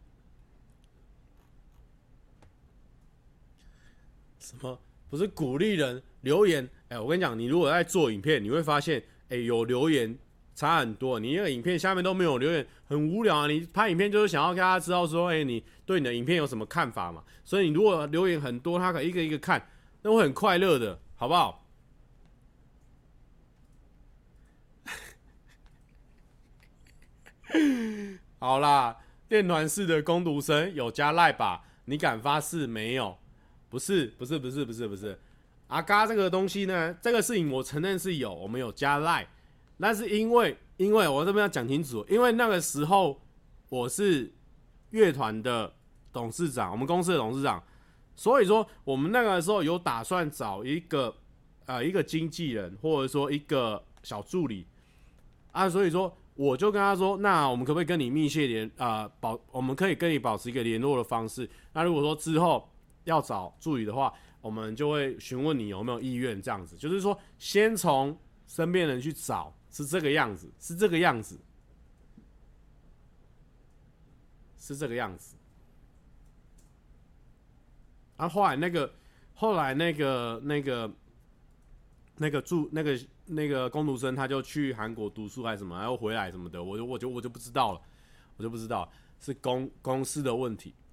Speaker 1: 什么不是鼓励人留言？我跟你讲，你如果在做影片，你会发现，有留言差很多。你那个影片下面都没有留言，很无聊啊。你拍影片就是想要跟大家知道说，你对你的影片有什么看法嘛？所以你如果留言很多，他可以一个一个看，那会很快乐的。好不好？好啦，练团式的工读生有加赖吧？你敢发誓没有？不是。阿嘎这个东西呢，这个事情我承认是有，我们有加赖，但是因为我这边要讲清楚，因为那个时候我是乐团的董事长，我们公司的董事长。所以说，我们那个时候有打算找一个经纪人，或者说一个小助理啊。所以说，我就跟他说，那我们可不可以跟你密切我们可以跟你保持一个联络的方式。那如果说之后要找助理的话，我们就会询问你有没有意愿，这样子。就是说，先从身边人去找，是这个样子。啊，后来那个工读生他就去韩国读书还是什么，然后回来什么的，我就不知道了，是公司的问题，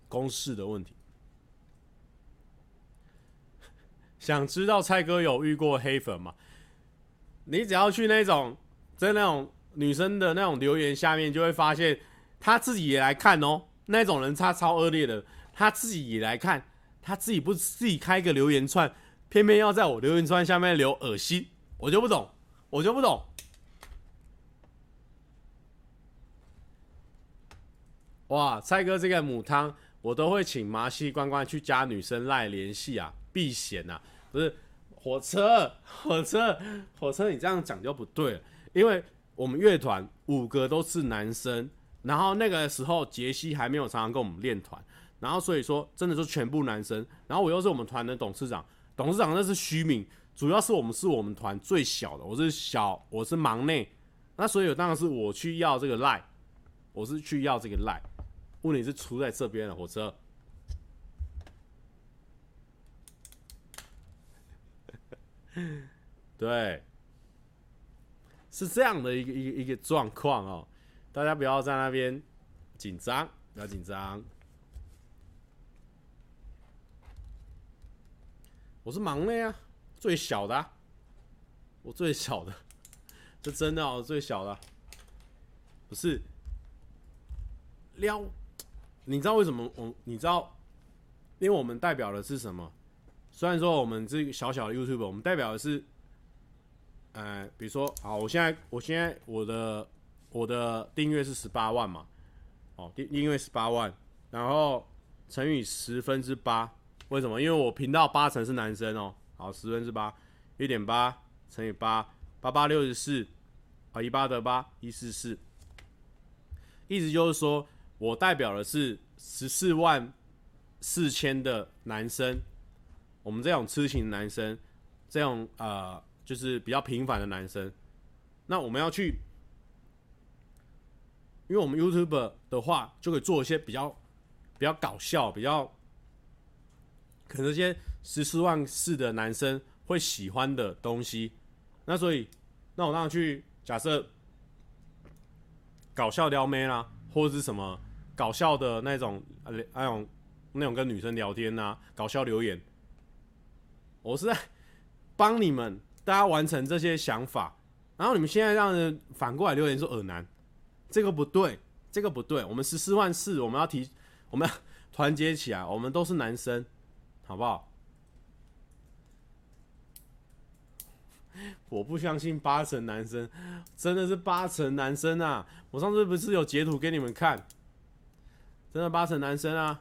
Speaker 1: 想知道蔡哥有遇过黑粉吗？你只要去在那种女生的那种留言下面，就会发现他自己也来看哦，那种人他超恶劣的，他自己也来看。他自己不自己开个留言串，偏偏要在我留言串下面留恶心，我就不懂。哇，蔡哥这个母汤，我都会请麻西关关去加女生赖联系啊，避嫌啊。不是火车，你这样讲就不对了，因为我们乐团5个都是男生，然后那个时候杰西还没有常常跟我们练团。然后所以说，真的就全部男生。然后我又是我们团的董事长那是虚名，主要是我们团最小的，我是忙内，那所以当然是我去要这个赖，问题是出在这边了，火车。对，是这样的一个状况哦，大家不要在那边紧张，不要紧张。我是忙内啊，最小的啊，我最小的，这真的我最小的啊，不是撩。你知道为什么你知道？因为我们代表的是什么？虽然说我们这个小小的 YouTube， 我们代表的是，比如说，好，我现在我的订阅是18万嘛，订阅18万，然后乘以8%。为什么？因为我频道8成是男生哦。好，8%， 1.8乘以8， 8864， 18得8， 144。意思就是说，我代表的是144000的男生，我们这种痴情的男生，这种就是比较平凡的男生。那我们要去，因为我们 YouTuber 的话，就可以做一些比较搞笑、比较可能这些14万4的男生会喜欢的东西。那所以，那我当然去假设搞笑撩妹啦，或者是什么搞笑的那种跟女生聊天啊，搞笑留言，我是在帮你们大家完成这些想法。然后你们现在让人反过来留言说耳男，这个不对，这个不对。我们14万4，我们要团结起来，我们都是男生，好不好？我不相信80%男生，真的是80%男生啊！我上次不是有截图给你们看，真的80%男生啊！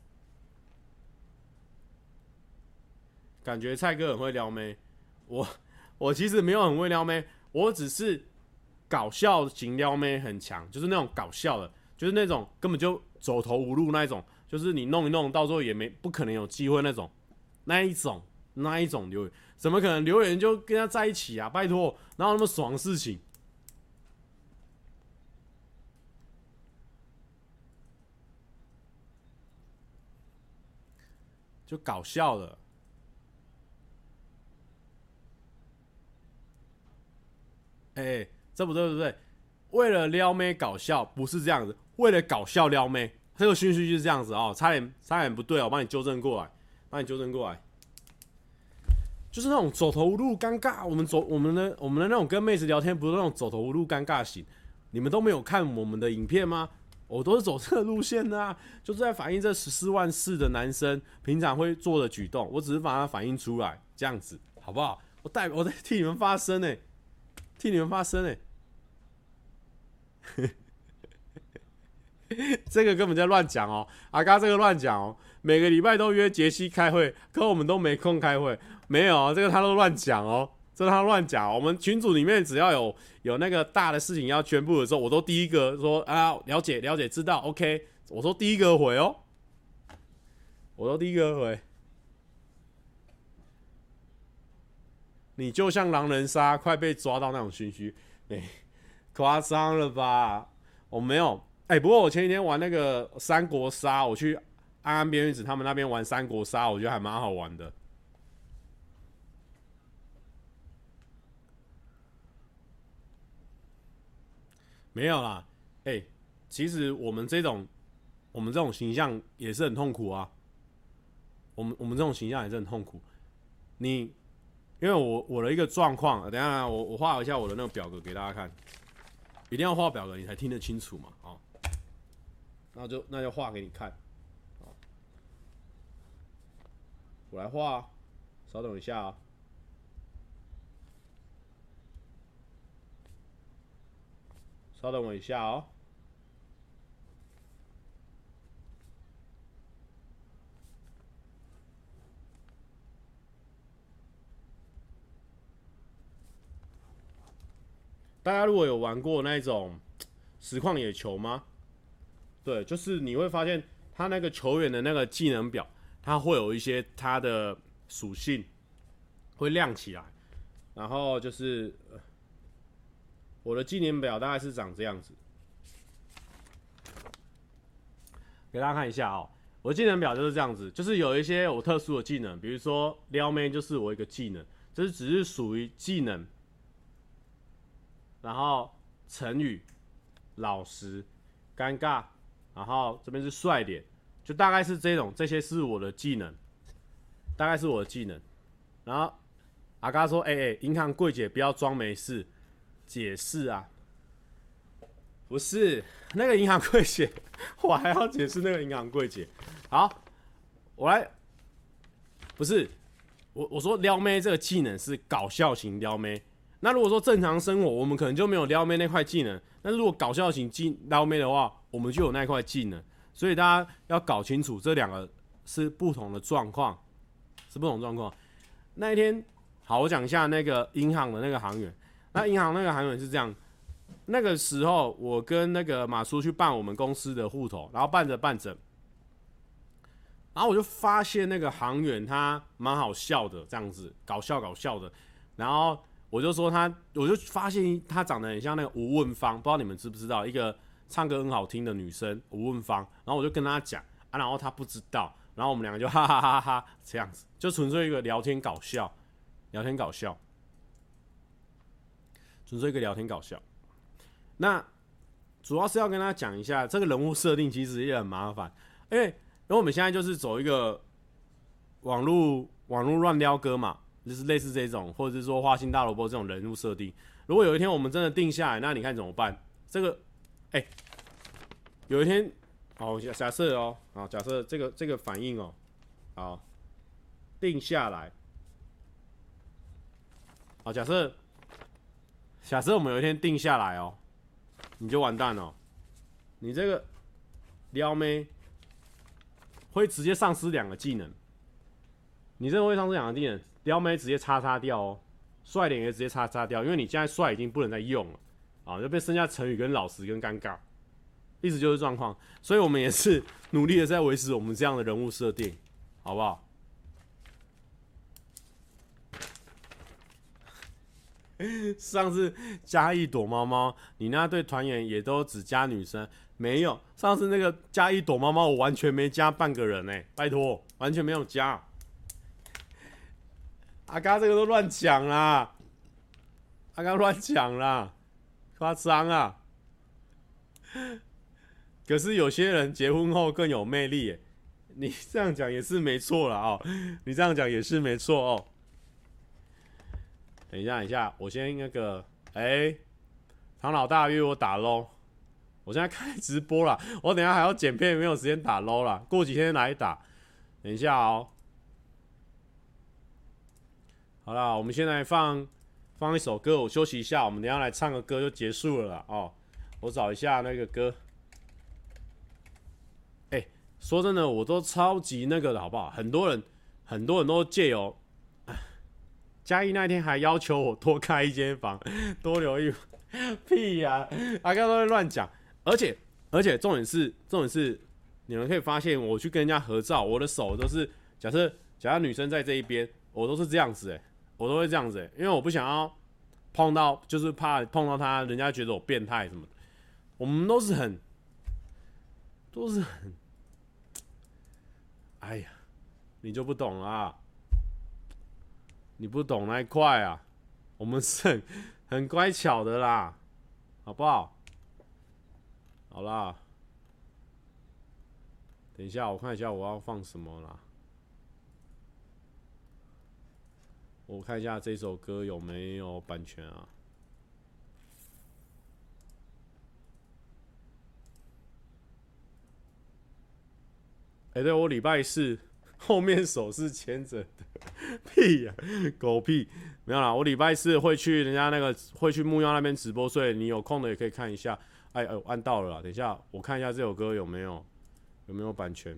Speaker 1: 感觉蔡哥很会撩妹，我其实没有很会撩妹，我只是搞笑型撩妹很强，就是那种搞笑的，就是那种根本就走投无路那一种，就是你弄一弄，到时候也不可能有机会那种，那一种留言，怎么可能留言就跟他在一起啊？拜托，哪有那么爽的事情？就搞笑的。这不对不对，为了撩妹搞笑不是这样子，为了搞笑撩妹，这个顺序就是这样子哦，差点不对哦，我帮你纠正过来，就是那种走投无路、尴尬。我们的那种跟妹子聊天，不是那种走投无路、尴尬型。你们都没有看我们的影片吗？我都是走这个路线的啊，就是在反映这14万4的男生平常会做的举动，我只是把它反映出来，这样子好不好？我在替你们发声欸，替你们发声欸。这个根本在乱讲哦，阿嘎这个乱讲哦，每个礼拜都约杰西开会，可我们都没空开会，没有哦，这个他都乱讲哦，这他乱讲哦。我们群组里面只要有那个大的事情要宣布的时候，我都第一个说啊，了解知道 ，OK， 我都第一个回哦，你就像狼人杀快被抓到那种心虚，夸张了吧？我没有。不过我前几天玩那个三国杀，我去安安边缘子他们那边玩三国杀，我觉得还蛮好玩的。没有啦，其实我们这种形象也是很痛苦啊。我们这种形象也是很痛苦。因为我的一个状况，等一下我画一下我的那个表格给大家看，一定要画表格你才听得清楚嘛，哦。那就画给你看，我来画啊，稍等一下啊。稍等我一下哦。大家如果有玩过那种实况野球吗？对，就是你会发现他那个球员的那个技能表，它会有一些它的属性会亮起来，然后就是我的技能表大概是长这样子，给大家看一下哦。我的技能表就是这样子，就是有一些我特殊的技能，比如说撩妹就是我一个技能，这只是属于技能，然后成语、老实、尴尬。然后这边是帅脸，就大概是这些是我的技能，大概是我的技能。然后阿嘎说：“银行柜姐不要装没事，解释啊，不是那个银行柜姐，我还要解释那个银行柜姐。好，我来，不是我说撩妹这个技能是搞笑型撩妹。那如果说正常生活，我们可能就没有撩妹那块技能。但是如果搞笑型撩妹的话，我们就有那块技能。所以大家要搞清楚，这两个是不同的状况，那一天，好，我讲一下那个银行的那个行员。那银行那个行员是这样，那个时候我跟那个马叔去办我们公司的户头，然后办着，然后我就发现那个行员他蛮好笑的，这样子搞笑的，然后。我就发现她长得很像那个吴汶芳，不知道你们知不知道，一个唱歌很好听的女生吴汶芳。然后我就跟她讲啊，然后她不知道， 然后我们两个就哈哈哈哈这样子，就纯粹一个聊天搞笑，纯粹一个聊天搞笑。那主要是要跟大家讲一下，这个人物设定其实也很麻烦，因为我们现在就是走一个网络乱撩歌嘛，就是类似这种，或者是说花心大萝卜这种人物设定。如果有一天我们真的定下来，那你看怎么办？这个，有一天，好，假设哦，好，假设这个反应哦，好，定下来，好，假设我们有一天定下来哦。你就完蛋了，你这个撩妹会直接丧失2个技能，你这个会丧失2个技能，撩妹直接叉掉哦，帅脸也直接叉掉，因为你现在帅已经不能再用了啊，就被剩下成语跟老实跟尴尬，意思就是状况，所以我们也是努力的在维持我们这样的人物设定，好不好？上次加一躲猫猫，你那对团员也都只加女生，没有。上次那个加一躲猫猫，我完全没加半个人拜托，完全没有加。阿嘎这个都乱讲啦，夸张啊！可是有些人结婚后更有魅力你这样讲也是没错啦哦，你这样讲也是没错哦。等一下，我先那个，唐老大约我打 LOL， 我现在开直播啦，我等一下还要剪片，没有时间打 LOL 啦，过几天来打。等一下哦，好啦，我们先来放一首歌，我休息一下，我们等一下来唱个歌就结束了啦哦。我找一下那个歌，说真的，我都超级那个的好不好？很多人都借由。嘉义那天还要求我多开一间房，多留一屁呀、阿刚都在乱讲，而且重点是，你们可以发现，我去跟人家合照，我的手都是假设女生在这一边，我都是这样子我都会这样子因为我不想要碰到，就是怕碰到她，人家觉得我变态什么的。我们都是很，哎呀，你就不懂啦。你不懂那一块啊，我们是很乖巧的啦，好不好？好啦，等一下我看一下我要放什么啦。我看一下这首歌有没有版权啊？对，我礼拜四后面手是牵着的。屁呀、狗屁！没有啦，我礼拜四会去人家那个会去木曜那边直播，所以你有空的也可以看一下。按到了啦，等一下我看一下这首歌有没有版权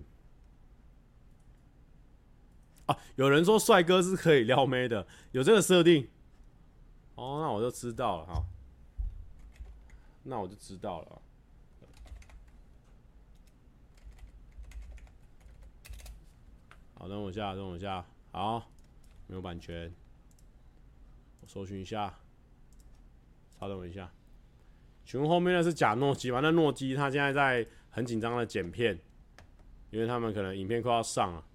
Speaker 1: 啊？有人说帅哥是可以撩妹的，有这个设定哦，那我就知道了哈。那我就知道了。好，等我一下，好。没有版权，我搜寻一下，稍等我一下。请问后面那是假诺基吗？那诺基他现在在很紧张的剪片，因为他们可能影片快要上了。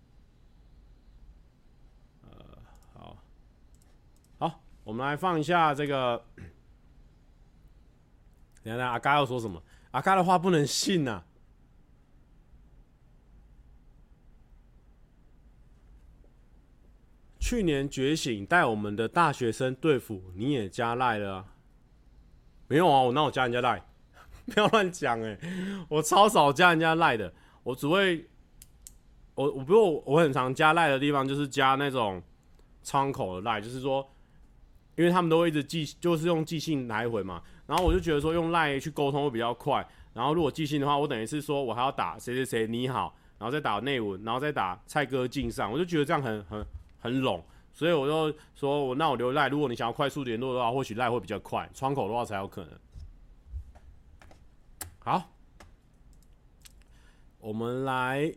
Speaker 1: 好，我们来放一下这个。等一下，阿嘎要说什么？阿嘎的话不能信啊。去年觉醒带我们的大学生队服，你也加赖了啊？没有啊，我哪有加人家赖？不要乱讲我超少加人家赖的，我只会我很常加赖的地方就是加那种窗口的赖，就是说，因为他们都会一直就是用寄信来回嘛，然后我就觉得说用赖去沟通会比较快，然后如果寄信的话，我等于是说我还要打谁谁谁你好，然后再打内文，然后再打蔡哥敬上，我就觉得这样很拢，所以我就说那我留赖，如果你想要快速联络的话，或许赖会比较快，窗口的话才有可能。好，我们来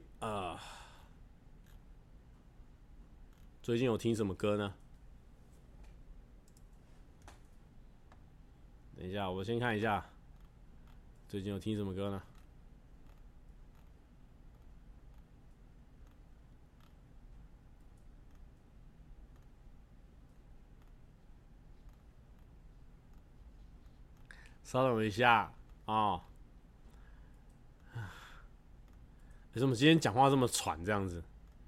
Speaker 1: 最近有听什么歌呢？等一下，我先看一下，最近有听什么歌呢？ 稍等一下啊。为什么今天讲话这么喘这样子？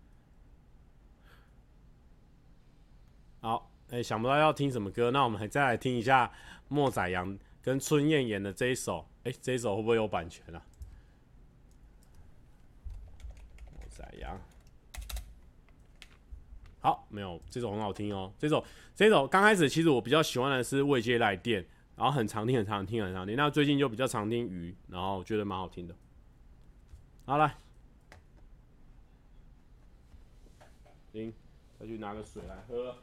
Speaker 1: 好，想不到要听什么歌，那我们再来听一下莫宰阳跟春燕演的这一首。这一首会不会有版权啊？莫宰阳。好，没有，这首很好听哦。这首刚开始其实我比较喜欢的是未接来电，然后很常听。那最近就比较常听鱼，然后觉得蛮好听的。好，来，行，再去拿个水来喝。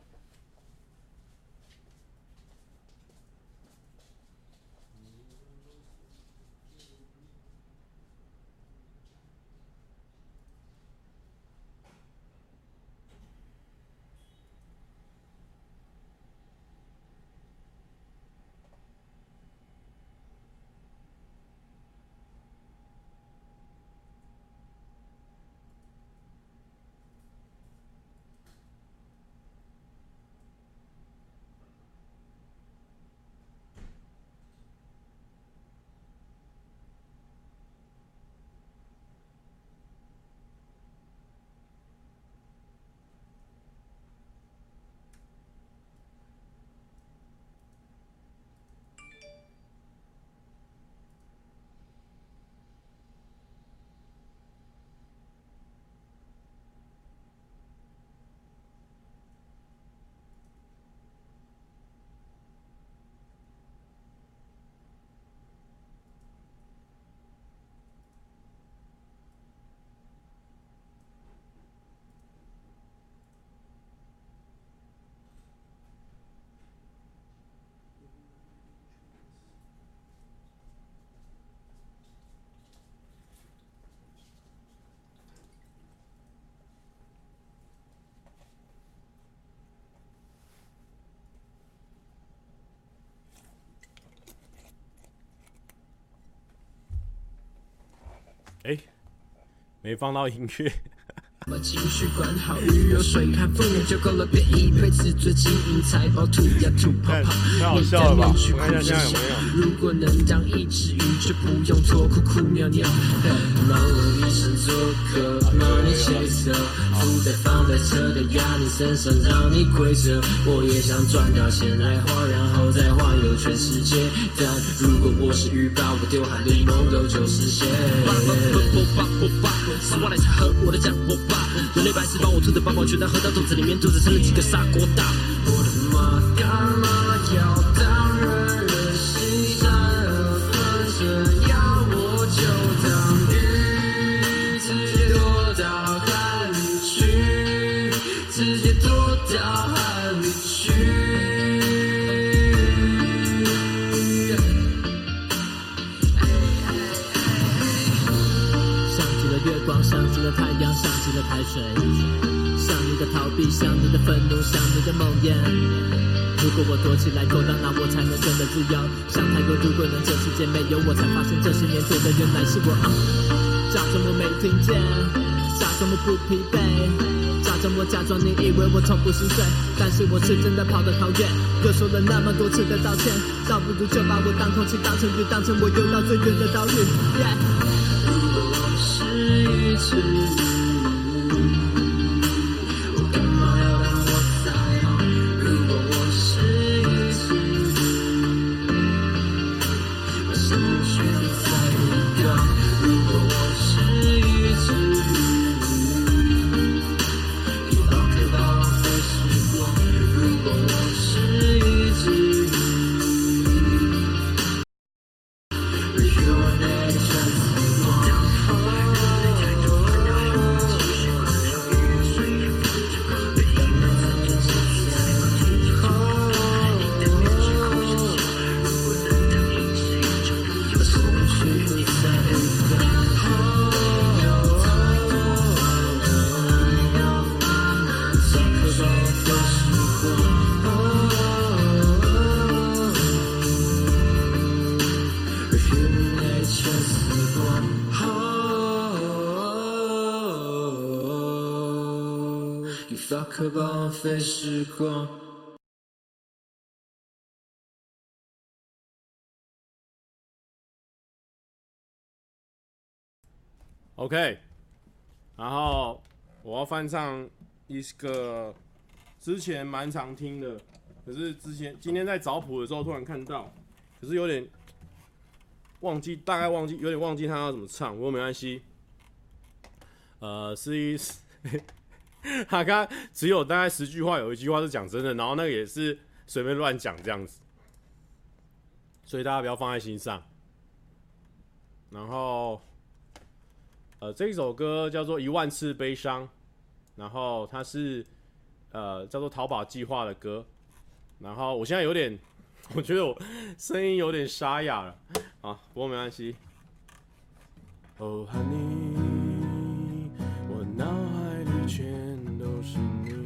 Speaker 1: 没放到音乐。
Speaker 5: 情绪管好，鱼有水看风就够了，别一辈子做金银财宝，吐呀吐泡泡。
Speaker 1: 太好笑了吧？我看一下现在有没有。
Speaker 5: 如果能当一只鱼，就不用做哭哭尿尿。忙碌一生做个 money chaser， 负债放在车的压你身上，让你跪着。我也想赚到钱来花，然后再环游全世界。但如果我是鱼，把我丢海里，梦都就实现。是我来才喝我的酱火吧。人类白痴帮我吐的棒棒全在喝到肚子里面，肚子撑了几个砂锅大。我的妈，干嘛要当人人心善恶分真？要我就当鱼，直接躲到海里去，直接躲到海里去。月光像极了太阳，像极了海水，像你的逃避，像你的愤怒，像你的梦魇。如果我躲起来勾当，那我才能真的自由。想太多，如果能这世界没有我，才发现这些年做的原来是我。假装我没听见，假装我不疲惫，假装我假装你以为我从不心碎，但是我是真的跑得好远。又说了那么多次的道歉，倒不如就把我当空气，当成鱼，当成我游到最远的岛屿。是一只鱼，我干嘛要让我在乎？如果我是一只鱼，我想去在一个。如果我是一只鱼，你都可以把我费时光。如果我是一只鱼，Your nature。可把浪费时光。
Speaker 1: OK， 然后我要翻唱一个之前蛮常听的，可是今天在找谱的时候突然看到，可是有点忘记，大概忘记，有点忘记他要怎么唱，不过没关系。他刚只有大概10句话，有1句话是讲真的，然后那个也是随便乱讲这样子，所以大家不要放在心上。然后，这一首歌叫做《1万次悲伤》，然后它是叫做淘宝计划的歌。然后我现在有点，我觉得我声音有点沙哑了啊，不过没关系。Oh honey， 我脑海里全都是你，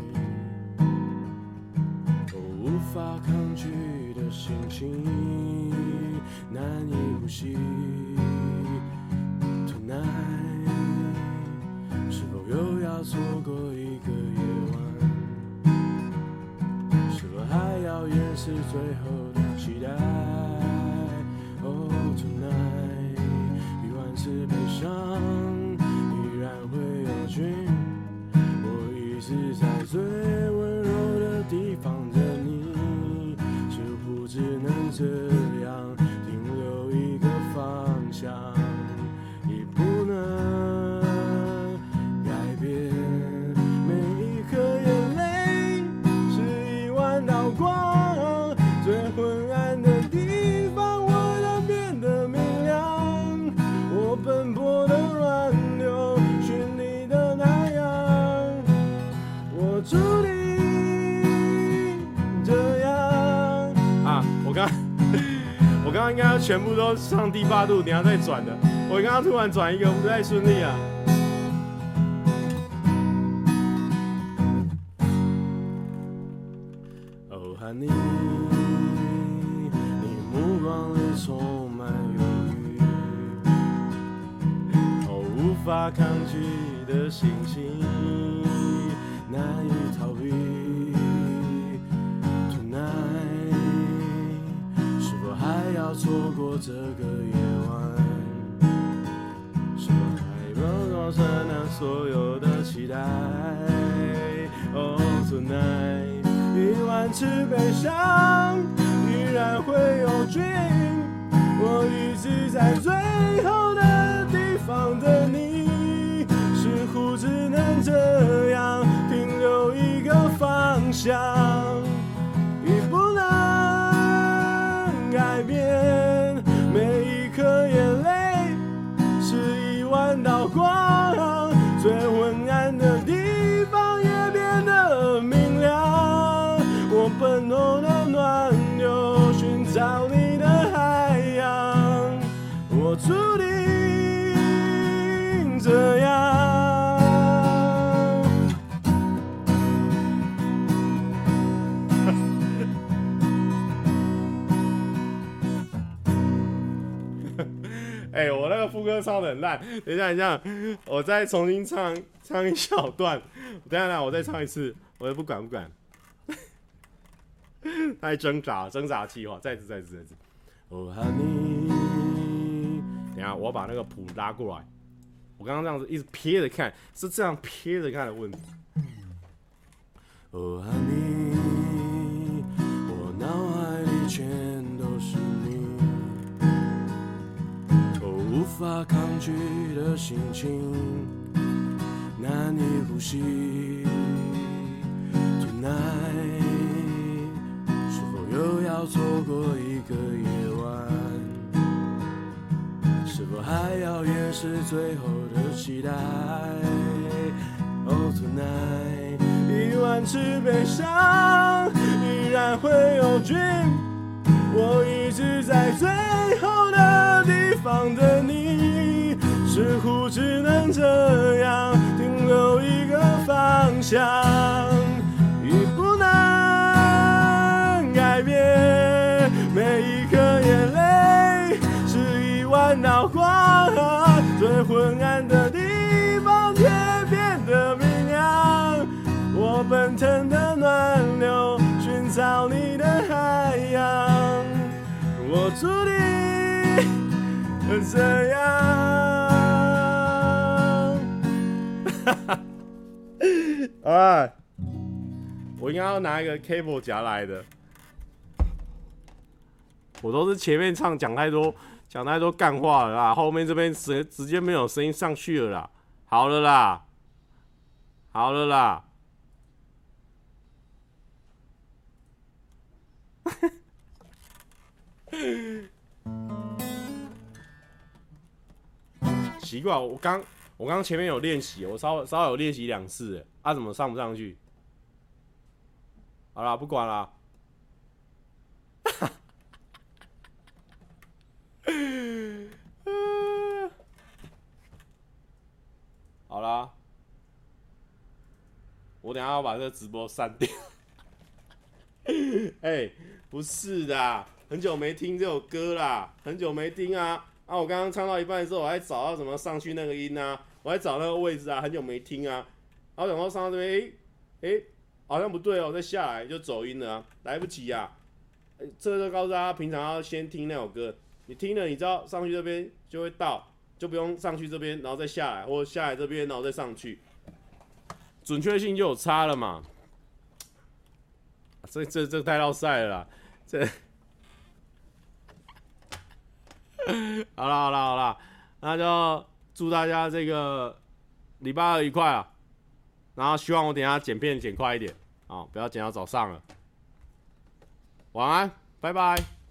Speaker 1: 我无法抗拒的心情，难以呼吸。Tonight， 是否又要错过一个夜晚？是否还要掩饰最后的期待 ？Oh tonight， 1万次悲伤依然会有君。我一直在最温柔的地方等你，似乎只能这样停留一个方向。不能改变，每一颗眼泪是1万道光，最昏暗的地方我都变得明亮。我奔波的乱流，寻你的那样，我注定这样。啊，我刚刚应该全部都唱第8度，等一下再转的。我刚刚突然转一个不太顺利啊。Oh honey， 你目光里充满忧郁，无法抗拒的心情，难以逃避。Tonight， 是否还要错过这个夜晚？承担所有的期待 ，Oh tonight， 1万次悲伤依然会有君。我一直在最后的地方等你，似乎只能这样停留一个方向，已不能改变。每一颗眼泪是1万道光。最昏暗的地方也变得明亮，我奔头的暖流，寻找你的海洋，我注定这样。我那个副歌唱得很烂，等一下，我再重新唱一小段。等一下，我再唱一次，我不管，太挣扎气话，再一次。Oh honey， 等一下，我要把那个谱拉过来。我刚刚这样子一直瞥着看，是这样瞥着看的问题。Oh honey， 我脑海里全都是你。无法抗拒的心情，难以呼吸。Tonight， 是否又要错过一个夜晚？是否还要掩饰最后的期待 ？Oh tonight， 1万次悲伤依然会有君。我一直在最后的地方等你，似乎只能这样停留一个方向，已不能改变。每一颗眼泪是1万道光，最昏暗的地方也变得明亮。我奔腾的暖流，寻找你的海洋。我注定这样。 哎，我应该要拿一个 cable 夹来的。我都是前面讲太多干话了啦，后面这边直接没有声音上去了啦。好了啦，好了啦。奇怪，我刚前面有练习，我稍微有练习2次，怎么上不上去？好啦，不管啦。好啦，我等一下要把这个直播删掉。不是的，很久没听这首歌啦，很久没听啊！我刚刚唱到一半的时候，我还找到怎么上去那个音啊，我还找那个位置啊，很久没听啊。然后等到上到这边，好像不对哦，再下来就走音了啊，来不及啊！这个就告诉大家，平常要先听那首歌，你听了，你知道上去这边就会到，就不用上去这边，然后再下来，或者下来这边，然后再上去，准确性就有差了嘛。这太绕赛了啦，这好啦，那就祝大家这个礼拜2愉快啊！然后希望我等一下剪片剪快一点啊，不要剪到早上了。晚安，拜拜。